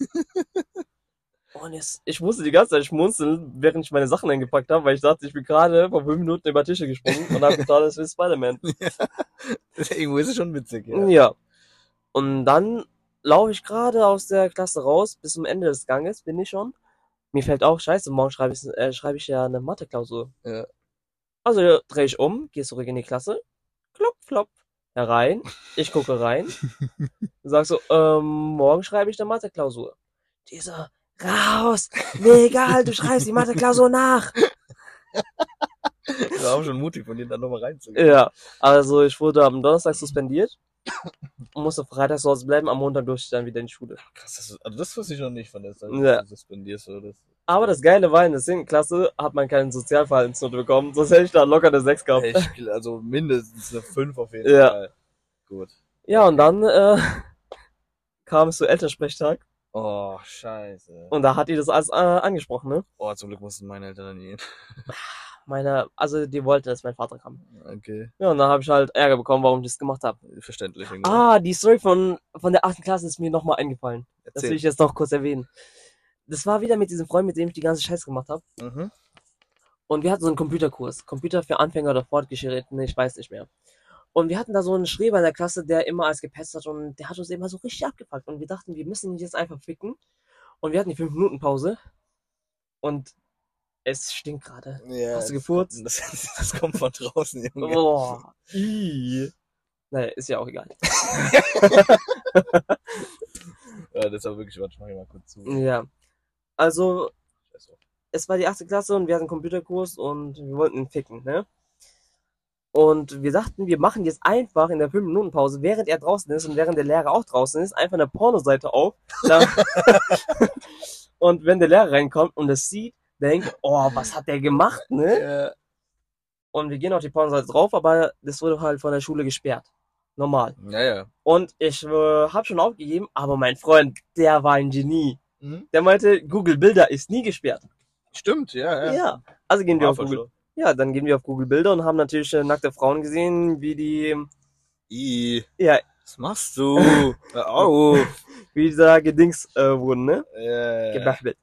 Und es, ich musste die ganze Zeit schmunzeln, während ich meine Sachen eingepackt habe, weil ich dachte, ich bin gerade vor fünf Minuten über Tische gesprungen und habe getan, das ist Spider-Man. Irgendwo ist es schon witzig, ja. Ja. Und dann laufe ich gerade aus der Klasse raus, bis zum Ende des Ganges bin ich schon. Mir fällt auch, scheiße, morgen schreibe ich, äh, schreibe ich ja eine Mathe-Klausur. Ja. Also drehe ich um, gehe zurück in die Klasse, klopp, klopp, herein, ich gucke rein, sag so, ähm, morgen schreibe ich eine Mathe-Klausur. Die so, raus! Mir egal, du schreibst die Mathe-Klausur nach! Das war auch schon mutig von dir, dann nochmal reinzugehen. Ja, also ich wurde am Donnerstag suspendiert und musste Freitag zu Hause bleiben, am Montag durfte ich dann wieder in die Schule. Krass, das, ist, also das wusste ich noch nicht von der Seite, Ja. dass du suspendierst oder das. Aber das Geile war, in der zehnten Klasse hat man keine Sozialverhaltensnote bekommen, sonst hätte ich da locker eine sechs gehabt. Echt, also mindestens eine fünf auf jeden Ja. Fall. Gut. Ja, und dann äh, kam es zu Elternsprechtag Oh, scheiße. und da hat die das alles äh, angesprochen, ne? Oh, zum Glück mussten meine Eltern dann gehen. Meine, also die wollten, dass mein Vater kam. Okay, Ja, und dann habe ich halt Ärger bekommen, warum ich das gemacht habe. verständlich. Irgendwo. Ah, die Story von, von der achten Klasse ist mir nochmal eingefallen. Das Erzähl. will ich jetzt noch kurz erwähnen. Das war wieder mit diesem Freund, mit dem ich die ganze Scheiße gemacht habe. Mhm. Und wir hatten so einen Computerkurs. Computer für Anfänger oder Fortgeschrittene, ich weiß nicht mehr. Und wir hatten da so einen Schreber in der Klasse, der immer alles gepetzt hat und der hat uns immer so richtig abgefuckt. Und wir dachten, wir müssen ihn jetzt einfach ficken. Und wir hatten die fünf Minuten Pause. Und es stinkt gerade. Ja, Hast du das- gefurzt? Das, das kommt von draußen, Junge. Boah. Ih. Naja, ist ja auch egal. Ja, das war wirklich, warte, ich mach hier mal kurz zu. Ja. Also, Scheiß drauf. es war die achte Klasse und wir hatten einen Computerkurs und wir wollten ihn ficken, ne? Und wir dachten, wir machen jetzt einfach in der fünf Minuten Pause, während er draußen ist und während der Lehrer auch draußen ist, einfach eine Pornoseite auf. Da und wenn der Lehrer reinkommt und es sieht, denkt, oh, was hat der gemacht, ne? Ja. Und wir gehen auf die Pornoseite drauf, aber das wurde halt von der Schule gesperrt. Normal. Ja, ja. Und ich äh, habe schon aufgegeben, aber mein Freund, der war ein Genie. Mhm. Der meinte, Google Bilder ist nie gesperrt. Stimmt, ja, ja. Ja. Also gehen wir War auf Google. schon. Ja, dann gehen wir auf Google Bilder und haben natürlich äh, nackte Frauen gesehen, wie die, I, ja, was machst du? Hör auf. wie da gedings äh, wurden, ne? Ja. Gebäffelt.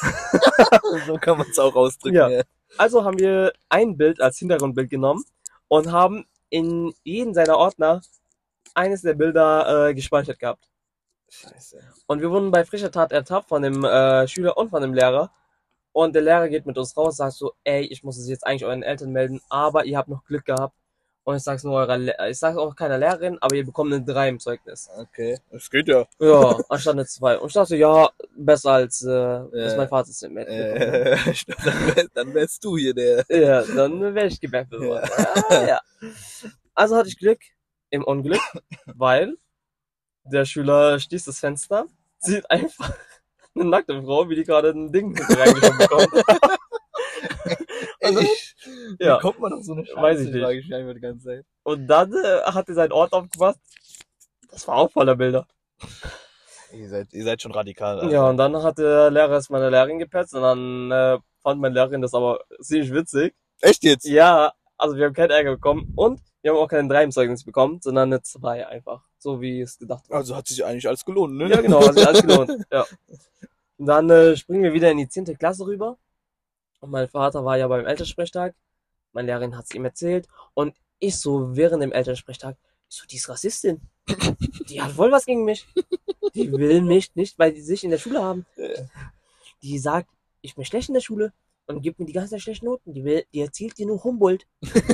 So kann man es auch ausdrücken. Ja. Ja. Also haben wir ein Bild als Hintergrundbild genommen und haben in jeden seiner Ordner eines der Bilder äh, gespeichert gehabt. Scheiße. Und wir wurden bei frischer Tat ertappt von dem äh, Schüler und von dem Lehrer. Und der Lehrer geht mit uns raus, sagt so, ey, ich muss es jetzt eigentlich euren Eltern melden, aber ihr habt noch Glück gehabt. Und ich sag's nur eurer, Le ich sag's auch keiner Lehrerin, aber ihr bekommt eine drei im Zeugnis. Okay, das geht ja. Ja, anstatt eine zwei. Und ich dachte, ja, besser als, äh, dass mein Vater es nicht mehr mitbekommt. Äh, ich glaub, dann, wär, dann wärst du hier der. Ja, dann wäre ich gebäffelt worden. Ja, ja. Also hatte ich Glück im Unglück, weil der Schüler schließt das Fenster, sieht einfach eine nackte Frau, wie die gerade ein Ding reingeschoben bekommt. Und dann, Ich, ja. Wie kommt man auf so eine Scheiße? Weiß ich nicht. Frage ich mich einfach die ganze Zeit. Und dann äh, hat er seinen Ort aufgemacht. Das war auch voller Bilder. Ihr seid, ihr seid schon radikal. Alter. Ja, und dann hat der Lehrer es meiner Lehrerin gepetzt und dann äh, fand meine Lehrerin das aber ziemlich witzig. Echt jetzt? Ja, also wir haben keinen Ärger bekommen und wir haben auch keinen drei im Zeugnis bekommen, sondern eine zwei einfach. So wie es gedacht war. Also hat sich eigentlich alles gelohnt, ne? Ja, genau, hat sich alles gelohnt. Ja. Und dann äh, springen wir wieder in die zehnte Klasse rüber. Und mein Vater war ja beim Elternsprechtag. Meine Lehrerin hat es ihm erzählt. Und ich so während dem Elternsprechtag, ich so, die ist Rassistin. Die hat voll was gegen mich. Die will mich nicht, weil die sich in der Schule haben. Die sagt, ich bin schlecht in der Schule und gibt mir die ganze Zeit schlechte Noten. Die will, die erzählt dir nur Humboldt.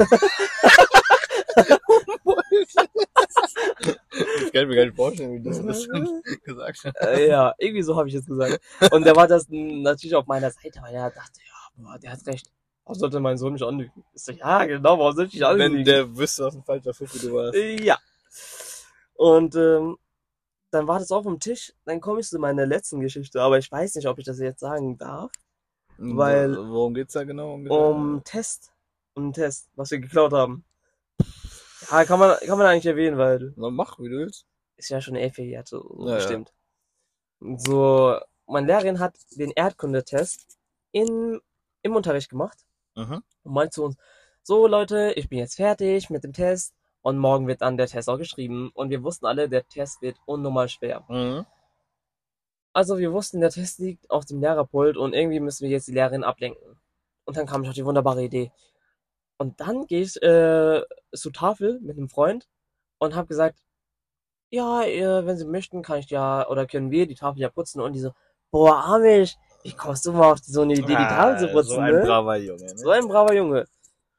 Das kann ich mir gar nicht vorstellen, wie das das dann gesagt hat. Äh, ja, irgendwie so habe ich es gesagt. Und der war das n- natürlich auf meiner Seite, weil er dachte, ja, boah, der hat recht. Warum sollte mein Sohn mich anlügen? Ich so, ja, genau, warum sollte ich anlügen? Wenn der wüsste, was ein falscher Pfiff du warst. Äh, Ja. Und ähm, dann war das auch am Tisch. Dann komme ich zu meiner letzten Geschichte, aber ich weiß nicht, ob ich das jetzt sagen darf. Weil- So, worum geht's da genau? ungefähr? Um Test. Um einen Test, was wir geklaut haben. Ja, kann man, kann man eigentlich erwähnen, weil Na, mach, wie du willst. ist ja schon elf Jahre, so, so Ja, ja. bestimmt. Und so, meine Lehrerin hat den Erdkundetest in, im Unterricht gemacht Mhm. und meint zu uns, so Leute, ich bin jetzt fertig mit dem Test und morgen wird dann der Test auch geschrieben. Und wir wussten alle, der Test wird unnormal schwer. Mhm. Also wir wussten, der Test liegt auf dem Lehrerpult und irgendwie müssen wir jetzt die Lehrerin ablenken. Und dann kam ich auf die wunderbare Idee. Und dann gehe ich äh, zur Tafel mit einem Freund und habe gesagt, ja, äh, wenn Sie möchten, kann ich ja, oder können wir die Tafel ja putzen. Und die so, boah, Amish, wie kommst du mal auf so eine Idee, die Tafel zu putzen, so ein ne? braver Junge, ne? So ein braver Junge.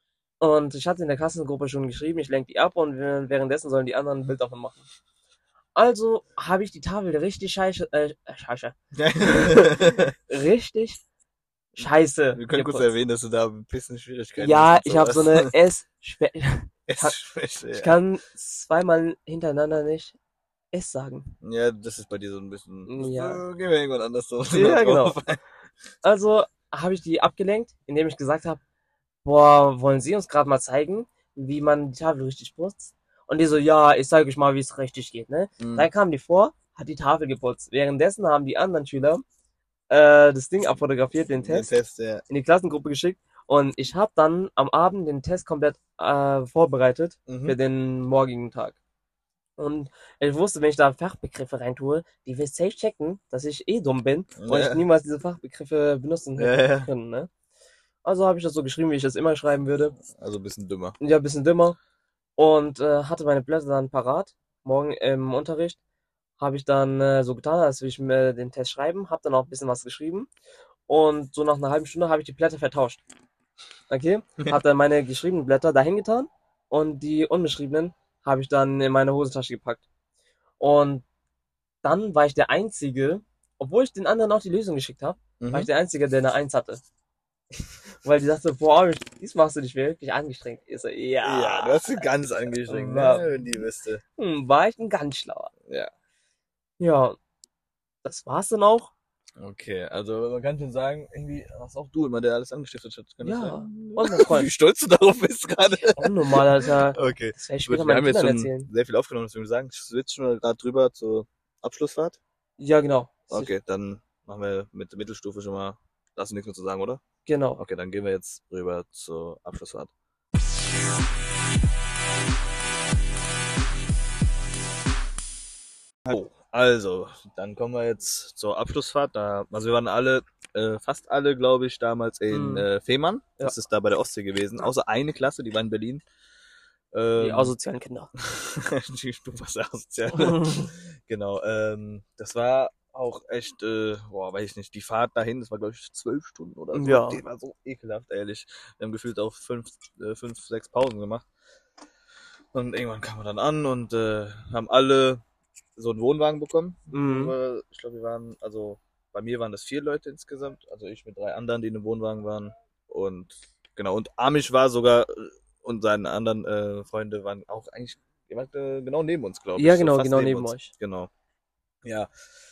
Und ich hatte in der Klassengruppe schon geschrieben, ich lenke die ab und währenddessen sollen die anderen ein Bild davon machen. Also habe ich die Tafel richtig scheiße, äh, scheiße, richtig scheiße Wir können kurz geputzt. erwähnen, dass du da ein bisschen Schwierigkeiten Ja, hast und ich habe so sowas. eine S-Schwäche. Essschwäche, Ich ja. kann zweimal hintereinander nicht S sagen. Ja, das ist bei dir so ein bisschen. Das, Ja. äh, gehen wir irgendwann anders so Ja, genau. drauf. Also habe ich die abgelenkt, indem ich gesagt habe, boah, wollen Sie uns gerade mal zeigen, wie man die Tafel richtig putzt? Und die so, ja, ich zeige euch mal, wie es richtig geht, ne? Mhm. Dann kam die vor, hat die Tafel geputzt. Währenddessen haben die anderen Schüler äh, das Ding abfotografiert, den Den Test, Test, ja. in die Klassengruppe geschickt. Und ich habe dann am Abend den Test komplett äh, vorbereitet Mhm. für den morgigen Tag. Und ich wusste, wenn ich da Fachbegriffe reintue, die will safe checken, dass ich eh dumm bin und Ja. ich niemals diese Fachbegriffe benutzen Ja, hätte ja. können, ne? Also habe ich das so geschrieben, wie ich das immer schreiben würde. Also ein bisschen dümmer. Ja, ein bisschen dümmer. Und äh, hatte meine Blätter dann parat. Morgen im Unterricht habe ich dann äh, so getan, als würde ich mir den Test schreiben. Habe dann auch ein bisschen was geschrieben. Und so nach einer halben Stunde habe ich die Blätter vertauscht. Okay? Habe dann meine geschriebenen Blätter dahin getan und die unbeschriebenen habe ich dann in meine Hosentasche gepackt. Und dann war ich der Einzige, obwohl ich den anderen auch die Lösung geschickt habe, war ich Mhm. der Einzige, der eine Eins hatte. Weil die dachte, boah, diesmal hast du dich wirklich angestrengt. Ich so, ja. Ja, du hast sie ganz angestrengt, War- ne? Wenn die wüsste. Hm, war ich ein ganz schlauer. Ja. Ja, das war's dann auch. Okay, also man kann schon sagen, irgendwie warst auch du immer, der alles angestiftet hat. Kann das Ja, sein? und mein Freund. Wie stolz du darauf bist gerade. Unnormal, Alter. Okay. Das werde ich Gut, später wir meinen haben jetzt Kindern schon erzählen. sehr viel aufgenommen, deswegen sagen, switchen wir gerade drüber zur Abschlussfahrt. Ja, genau. Okay, dann machen wir mit der Mittelstufe schon mal, da hast du nichts mehr zu sagen, oder? Genau. Okay, dann gehen wir jetzt rüber zur Abschlussfahrt. Oh, also, dann kommen wir jetzt zur Abschlussfahrt. Da, also wir waren alle, äh, fast alle, glaube ich, damals in Mhm. äh, Fehmarn. Ja. Das ist da bei der Ostsee gewesen. Außer eine Klasse, die war in Berlin. Ähm, Die asozialen Kinder. die du warst asozial. Genau. Ähm, das war auch echt, äh, boah, weiß ich nicht, die Fahrt dahin, das war glaube ich zwölf Stunden oder so. Ja. Die war so ekelhaft, ehrlich. Wir haben gefühlt auch fünf, äh, fünf, sechs Pausen gemacht. Und irgendwann kamen wir dann an und äh, haben alle so einen Wohnwagen bekommen. Mhm. Aber ich glaube, wir waren, also bei mir waren das vier Leute insgesamt, also ich mit drei anderen, die in einem Wohnwagen waren. Und genau, und Amish war sogar äh, und seine anderen äh, Freunde waren auch eigentlich jemand, äh, genau neben uns, glaube ich. Ja, so genau, fast genau neben uns. euch. Genau. Ja.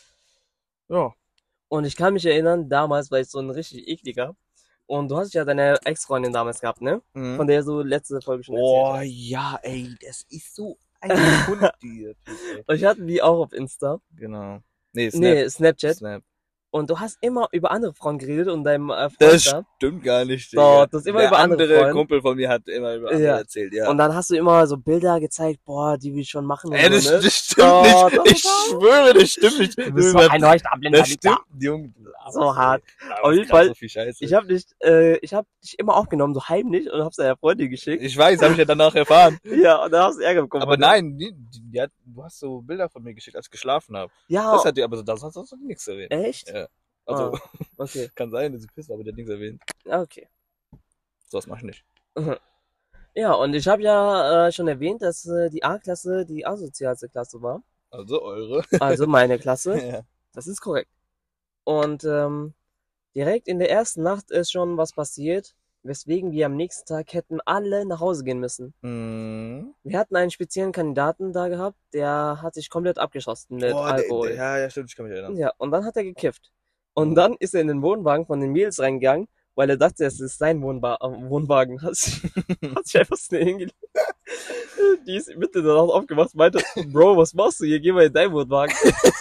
Ja. Und ich kann mich erinnern, damals war ich so ein richtig ekliger. Und du hast ja deine Ex-Freundin damals gehabt, ne? Mhm. Von der du letzte Folge schon Oh erzählt ja, ey, das ist so ein Hund, die. hast. Und ich hatte die auch auf Insta. Genau. Nee, Snap. Nee, Snapchat. Snap. Und du hast immer über andere Frauen geredet und deinem äh, Freund Das da. stimmt gar nicht, Doch, Digga. das ist immer Der über andere andere Freunde. Kumpel von mir hat immer über andere Ja. erzählt, ja. Und dann hast du immer so Bilder gezeigt, boah, die will ich schon machen. Und Ey, das, so, ne? das stimmt Doch, nicht. doch, Ich doch. schwöre, das stimmt nicht. Du bist so über- ein Leuchtabblinder. Das stimmt, Junge. So hart. Aber Auf es jeden kam Fall, so viel Scheiße. Ich hab dich, äh, ich hab dich immer aufgenommen, so heimlich, und hab's deiner Freundin geschickt. Ich weiß, habe ich ja danach erfahren. Ja, und da hast du Ärger bekommen. Aber von der. nein, die, die, die hat, du hast so Bilder von mir geschickt, als ich geschlafen habe. Ja, Das hat die, aber das hast du nichts erwähnt. echt? Ja. Also, Ah, okay. kann sein, dass sie pisst, aber der hat nichts erwähnt. Ah, okay. So was mach ich nicht. Ja, und ich habe ja äh, schon erwähnt, dass äh, die A-Klasse die asozialste Klasse war. Also eure. Also meine Klasse. Ja. Das ist korrekt. Und ähm, direkt in der ersten Nacht ist schon was passiert, weswegen wir am nächsten Tag hätten alle nach Hause gehen müssen. Mhm. Wir hatten einen speziellen Kandidaten da gehabt, der hat sich komplett abgeschossen mit Boah, der, Alkohol. der, ja, ja, stimmt, ich kann mich erinnern. Ja, und dann hat er gekifft. Und Mhm. dann ist er in den Wohnwagen von den Mädels reingegangen, weil er dachte, es ist sein Wohnba äh, Wohnwagen. Hat sich, hat sich einfach schnell hingelegt. Die ist mitten in der Nacht aufgewacht, meinte, Bro, was machst du hier? Geh mal in deinen Wohnwagen.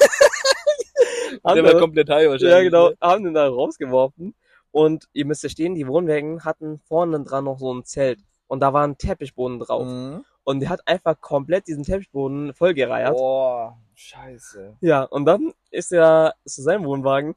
Haben Der war dann- komplett high wahrscheinlich. ja, genau, ne? haben den da rausgeworfen. Und ihr müsst verstehen, die Wohnwagen hatten vorne dran noch so ein Zelt. Und da war ein Teppichboden drauf. Mhm. Und der hat einfach komplett diesen Teppichboden vollgereiert. Boah, scheiße. Ja, und dann ist er zu seinem Wohnwagen.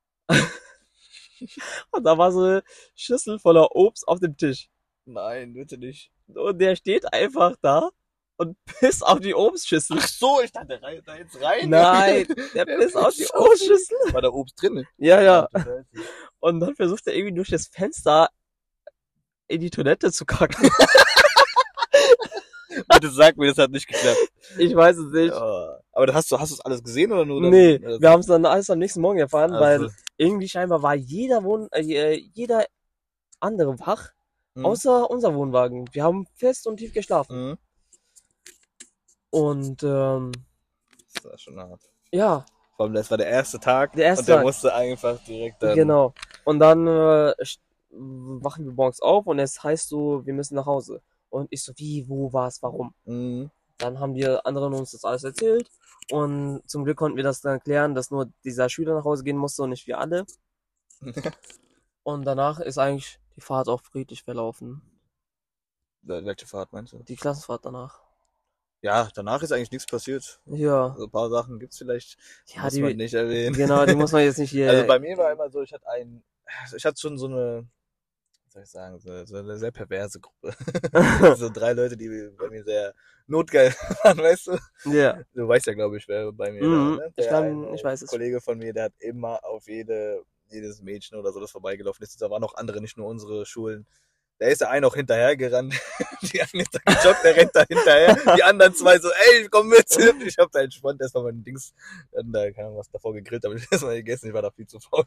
Und da war so eine Schüssel voller Obst auf dem Tisch. Nein, bitte nicht. Und der steht einfach da und pisst auf die Obstschüssel. Ach so, ich dachte, der reißt da jetzt rein. Nein, der pisst auf die Obstschüssel. War da Obst drin? Ja, ja. Ach, du Scheiße. Und dann versucht er irgendwie durch das Fenster in die Toilette zu kacken. Bitte sag mir, das hat nicht geklappt. Ich weiß es nicht. Ja. Aber hast du, hast du es alles gesehen oder nur? Dann, Nee, also, wir haben es dann alles am nächsten Morgen erfahren, also, weil irgendwie scheinbar war jeder Wohn, äh, jeder andere wach, hm, außer unser Wohnwagen. Wir haben fest und tief geschlafen. hm. Und ähm, Das war schon hart. ja, Vor allem, das war der erste Tag. Der erste und der Tag. musste einfach direkt dann. genau. Und dann äh, st- wachen wir morgens auf und es heißt so, wir müssen nach Hause. Und ich so, wie, wo, was, warum? Mhm. Dann haben die anderen uns das alles erzählt. Und zum Glück konnten wir das dann klären, dass nur dieser Schüler nach Hause gehen musste und nicht wir alle. Und danach ist eigentlich die Fahrt auch friedlich verlaufen. Welche Fahrt meinst du? Die Klassenfahrt danach. Ja, danach ist eigentlich nichts passiert. Ja, Also ein paar Sachen gibt's vielleicht, ja, muss man die, nicht erwähnen. genau, die muss man jetzt nicht hier. Also bei mir war immer so, ich hatte ein, ich hatte schon so eine, wie soll ich sagen, so, so eine sehr perverse Gruppe. So drei Leute, die bei mir sehr notgeil waren, weißt du? Ja, Du weißt ja, glaube ich, wer bei mir Mhm, da, ne? ich Der glaub, eine ich weiß es. Kollege von mir, der hat immer auf jede, jedes Mädchen oder so, das vorbeigelaufen ist. Da waren noch andere, nicht nur unsere Schulen. Da ist der eine auch hinterhergerannt. Die eine ist da gejoggt, der rennt da hinterher. Die anderen zwei so, ey, komm mit. Ich hab da entspannt erstmal mein Dings, dann da, keine Ahnung, was davor gegrillt, aber ich hab erstmal gegessen. Ich war da viel zu faul.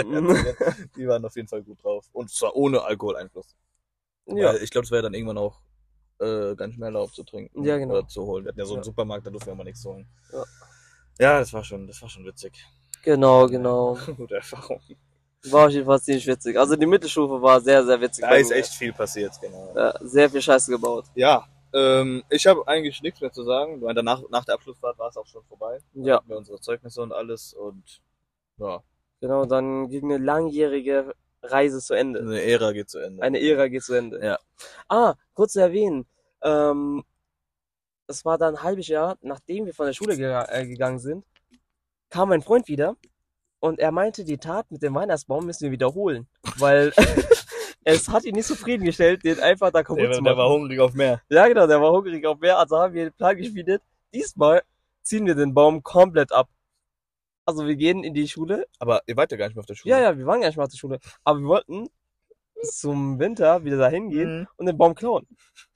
Die waren auf jeden Fall gut drauf. Und zwar ohne Alkoholeinfluss. ja, Weil ich glaube, es wäre dann irgendwann auch äh, gar nicht mehr erlaubt zu trinken Ja, genau. oder zu holen. Wir hatten ja so einen Ja. Supermarkt, da durften wir aber nichts holen. Ja. Ja, das war schon, das war schon witzig. genau, genau. Gute Erfahrung. War auf jeden Fall ziemlich witzig. Also die Mittelstufe war sehr, sehr witzig. Da bei ist mir. echt viel passiert, genau. Ja, sehr viel Scheiße gebaut. Ja, ähm, ich habe eigentlich nichts mehr zu sagen. Weil danach, nach der Abschlussfahrt war es auch schon vorbei. Dann Ja. hatten wir unsere Zeugnisse und alles und ja, Genau, dann ging eine langjährige Reise zu Ende. eine Ära geht zu Ende. Eine Ära geht zu Ende. Ja. Ah, kurz zu erwähnen. Ähm, es war dann ein halbes Jahr, nachdem wir von der Schule gega- äh, gegangen sind, kam mein Freund wieder und er meinte, die Tat mit dem Weihnachtsbaum müssen wir wiederholen, weil es hat ihn nicht zufriedengestellt, den einfach da kaputt Der, zu der machen. war hungrig auf mehr. Ja, genau, der war hungrig auf mehr, also haben wir den Plan geschmiedet. Diesmal ziehen wir den Baum komplett ab. Also wir gehen in die Schule. Aber ihr wart ja gar nicht mehr auf der Schule. Ja, ja, wir waren gar nicht mal zur Schule. Aber wir wollten zum Winter wieder dahin gehen Mhm. und den Baum klauen.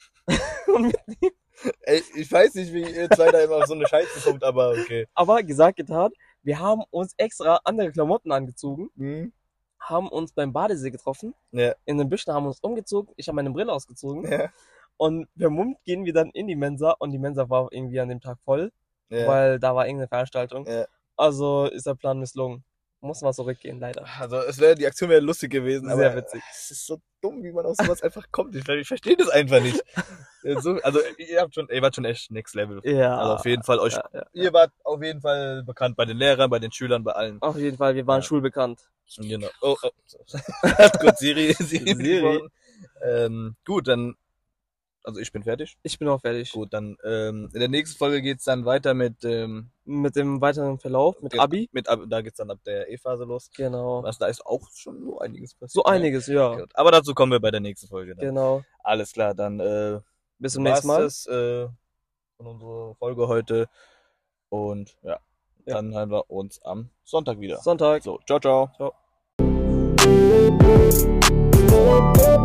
Und mitnehmen. Ey, ich weiß nicht, wie ihr zwei da immer auf so eine Scheiße kommt, aber okay. Aber gesagt, getan, wir haben uns extra andere Klamotten angezogen, Mhm. haben uns beim Badesee getroffen, Ja. in den Büschen haben uns umgezogen, ich habe meine Brille ausgezogen Ja. und vermummt gehen wir dann in die Mensa und die Mensa war irgendwie an dem Tag voll, Ja. weil da war irgendeine Veranstaltung. Ja. Also ist der Plan misslungen. Muss mal zurückgehen, leider. Also es wäre, die Aktion wäre lustig gewesen, Sehr aber witzig. es ist so dumm, wie man auf sowas einfach kommt. Ich, ich verstehe das einfach nicht. So, also ihr habt schon, ihr wart schon echt next level. Ja. Also auf jeden Fall euch, Ja, ja. ihr wart auf jeden Fall bekannt bei den Lehrern, bei den Schülern, bei allen. Auf jeden Fall, wir waren Ja. schulbekannt. Genau. Oh, oh. Hat kurz Siri, Siri. Siri. gesprochen. Ähm, gut, dann, also ich bin fertig. Ich bin auch fertig. Gut, dann ähm, in der nächsten Folge geht's dann weiter mit ähm, Mit dem weiteren Verlauf, mit ge- Abi. Mit Abi, da geht's dann ab der E-Phase los. Genau. Was, da ist auch schon so einiges passiert. So ne? einiges, ja. Gut, aber dazu kommen wir bei der nächsten Folge dann. Genau. Alles klar, dann äh, Bis zum war's nächsten Mal. das äh, von unserer Folge heute. Und ja, Ja. dann hören wir uns am Sonntag wieder. Sonntag. So, ciao, ciao. Ciao.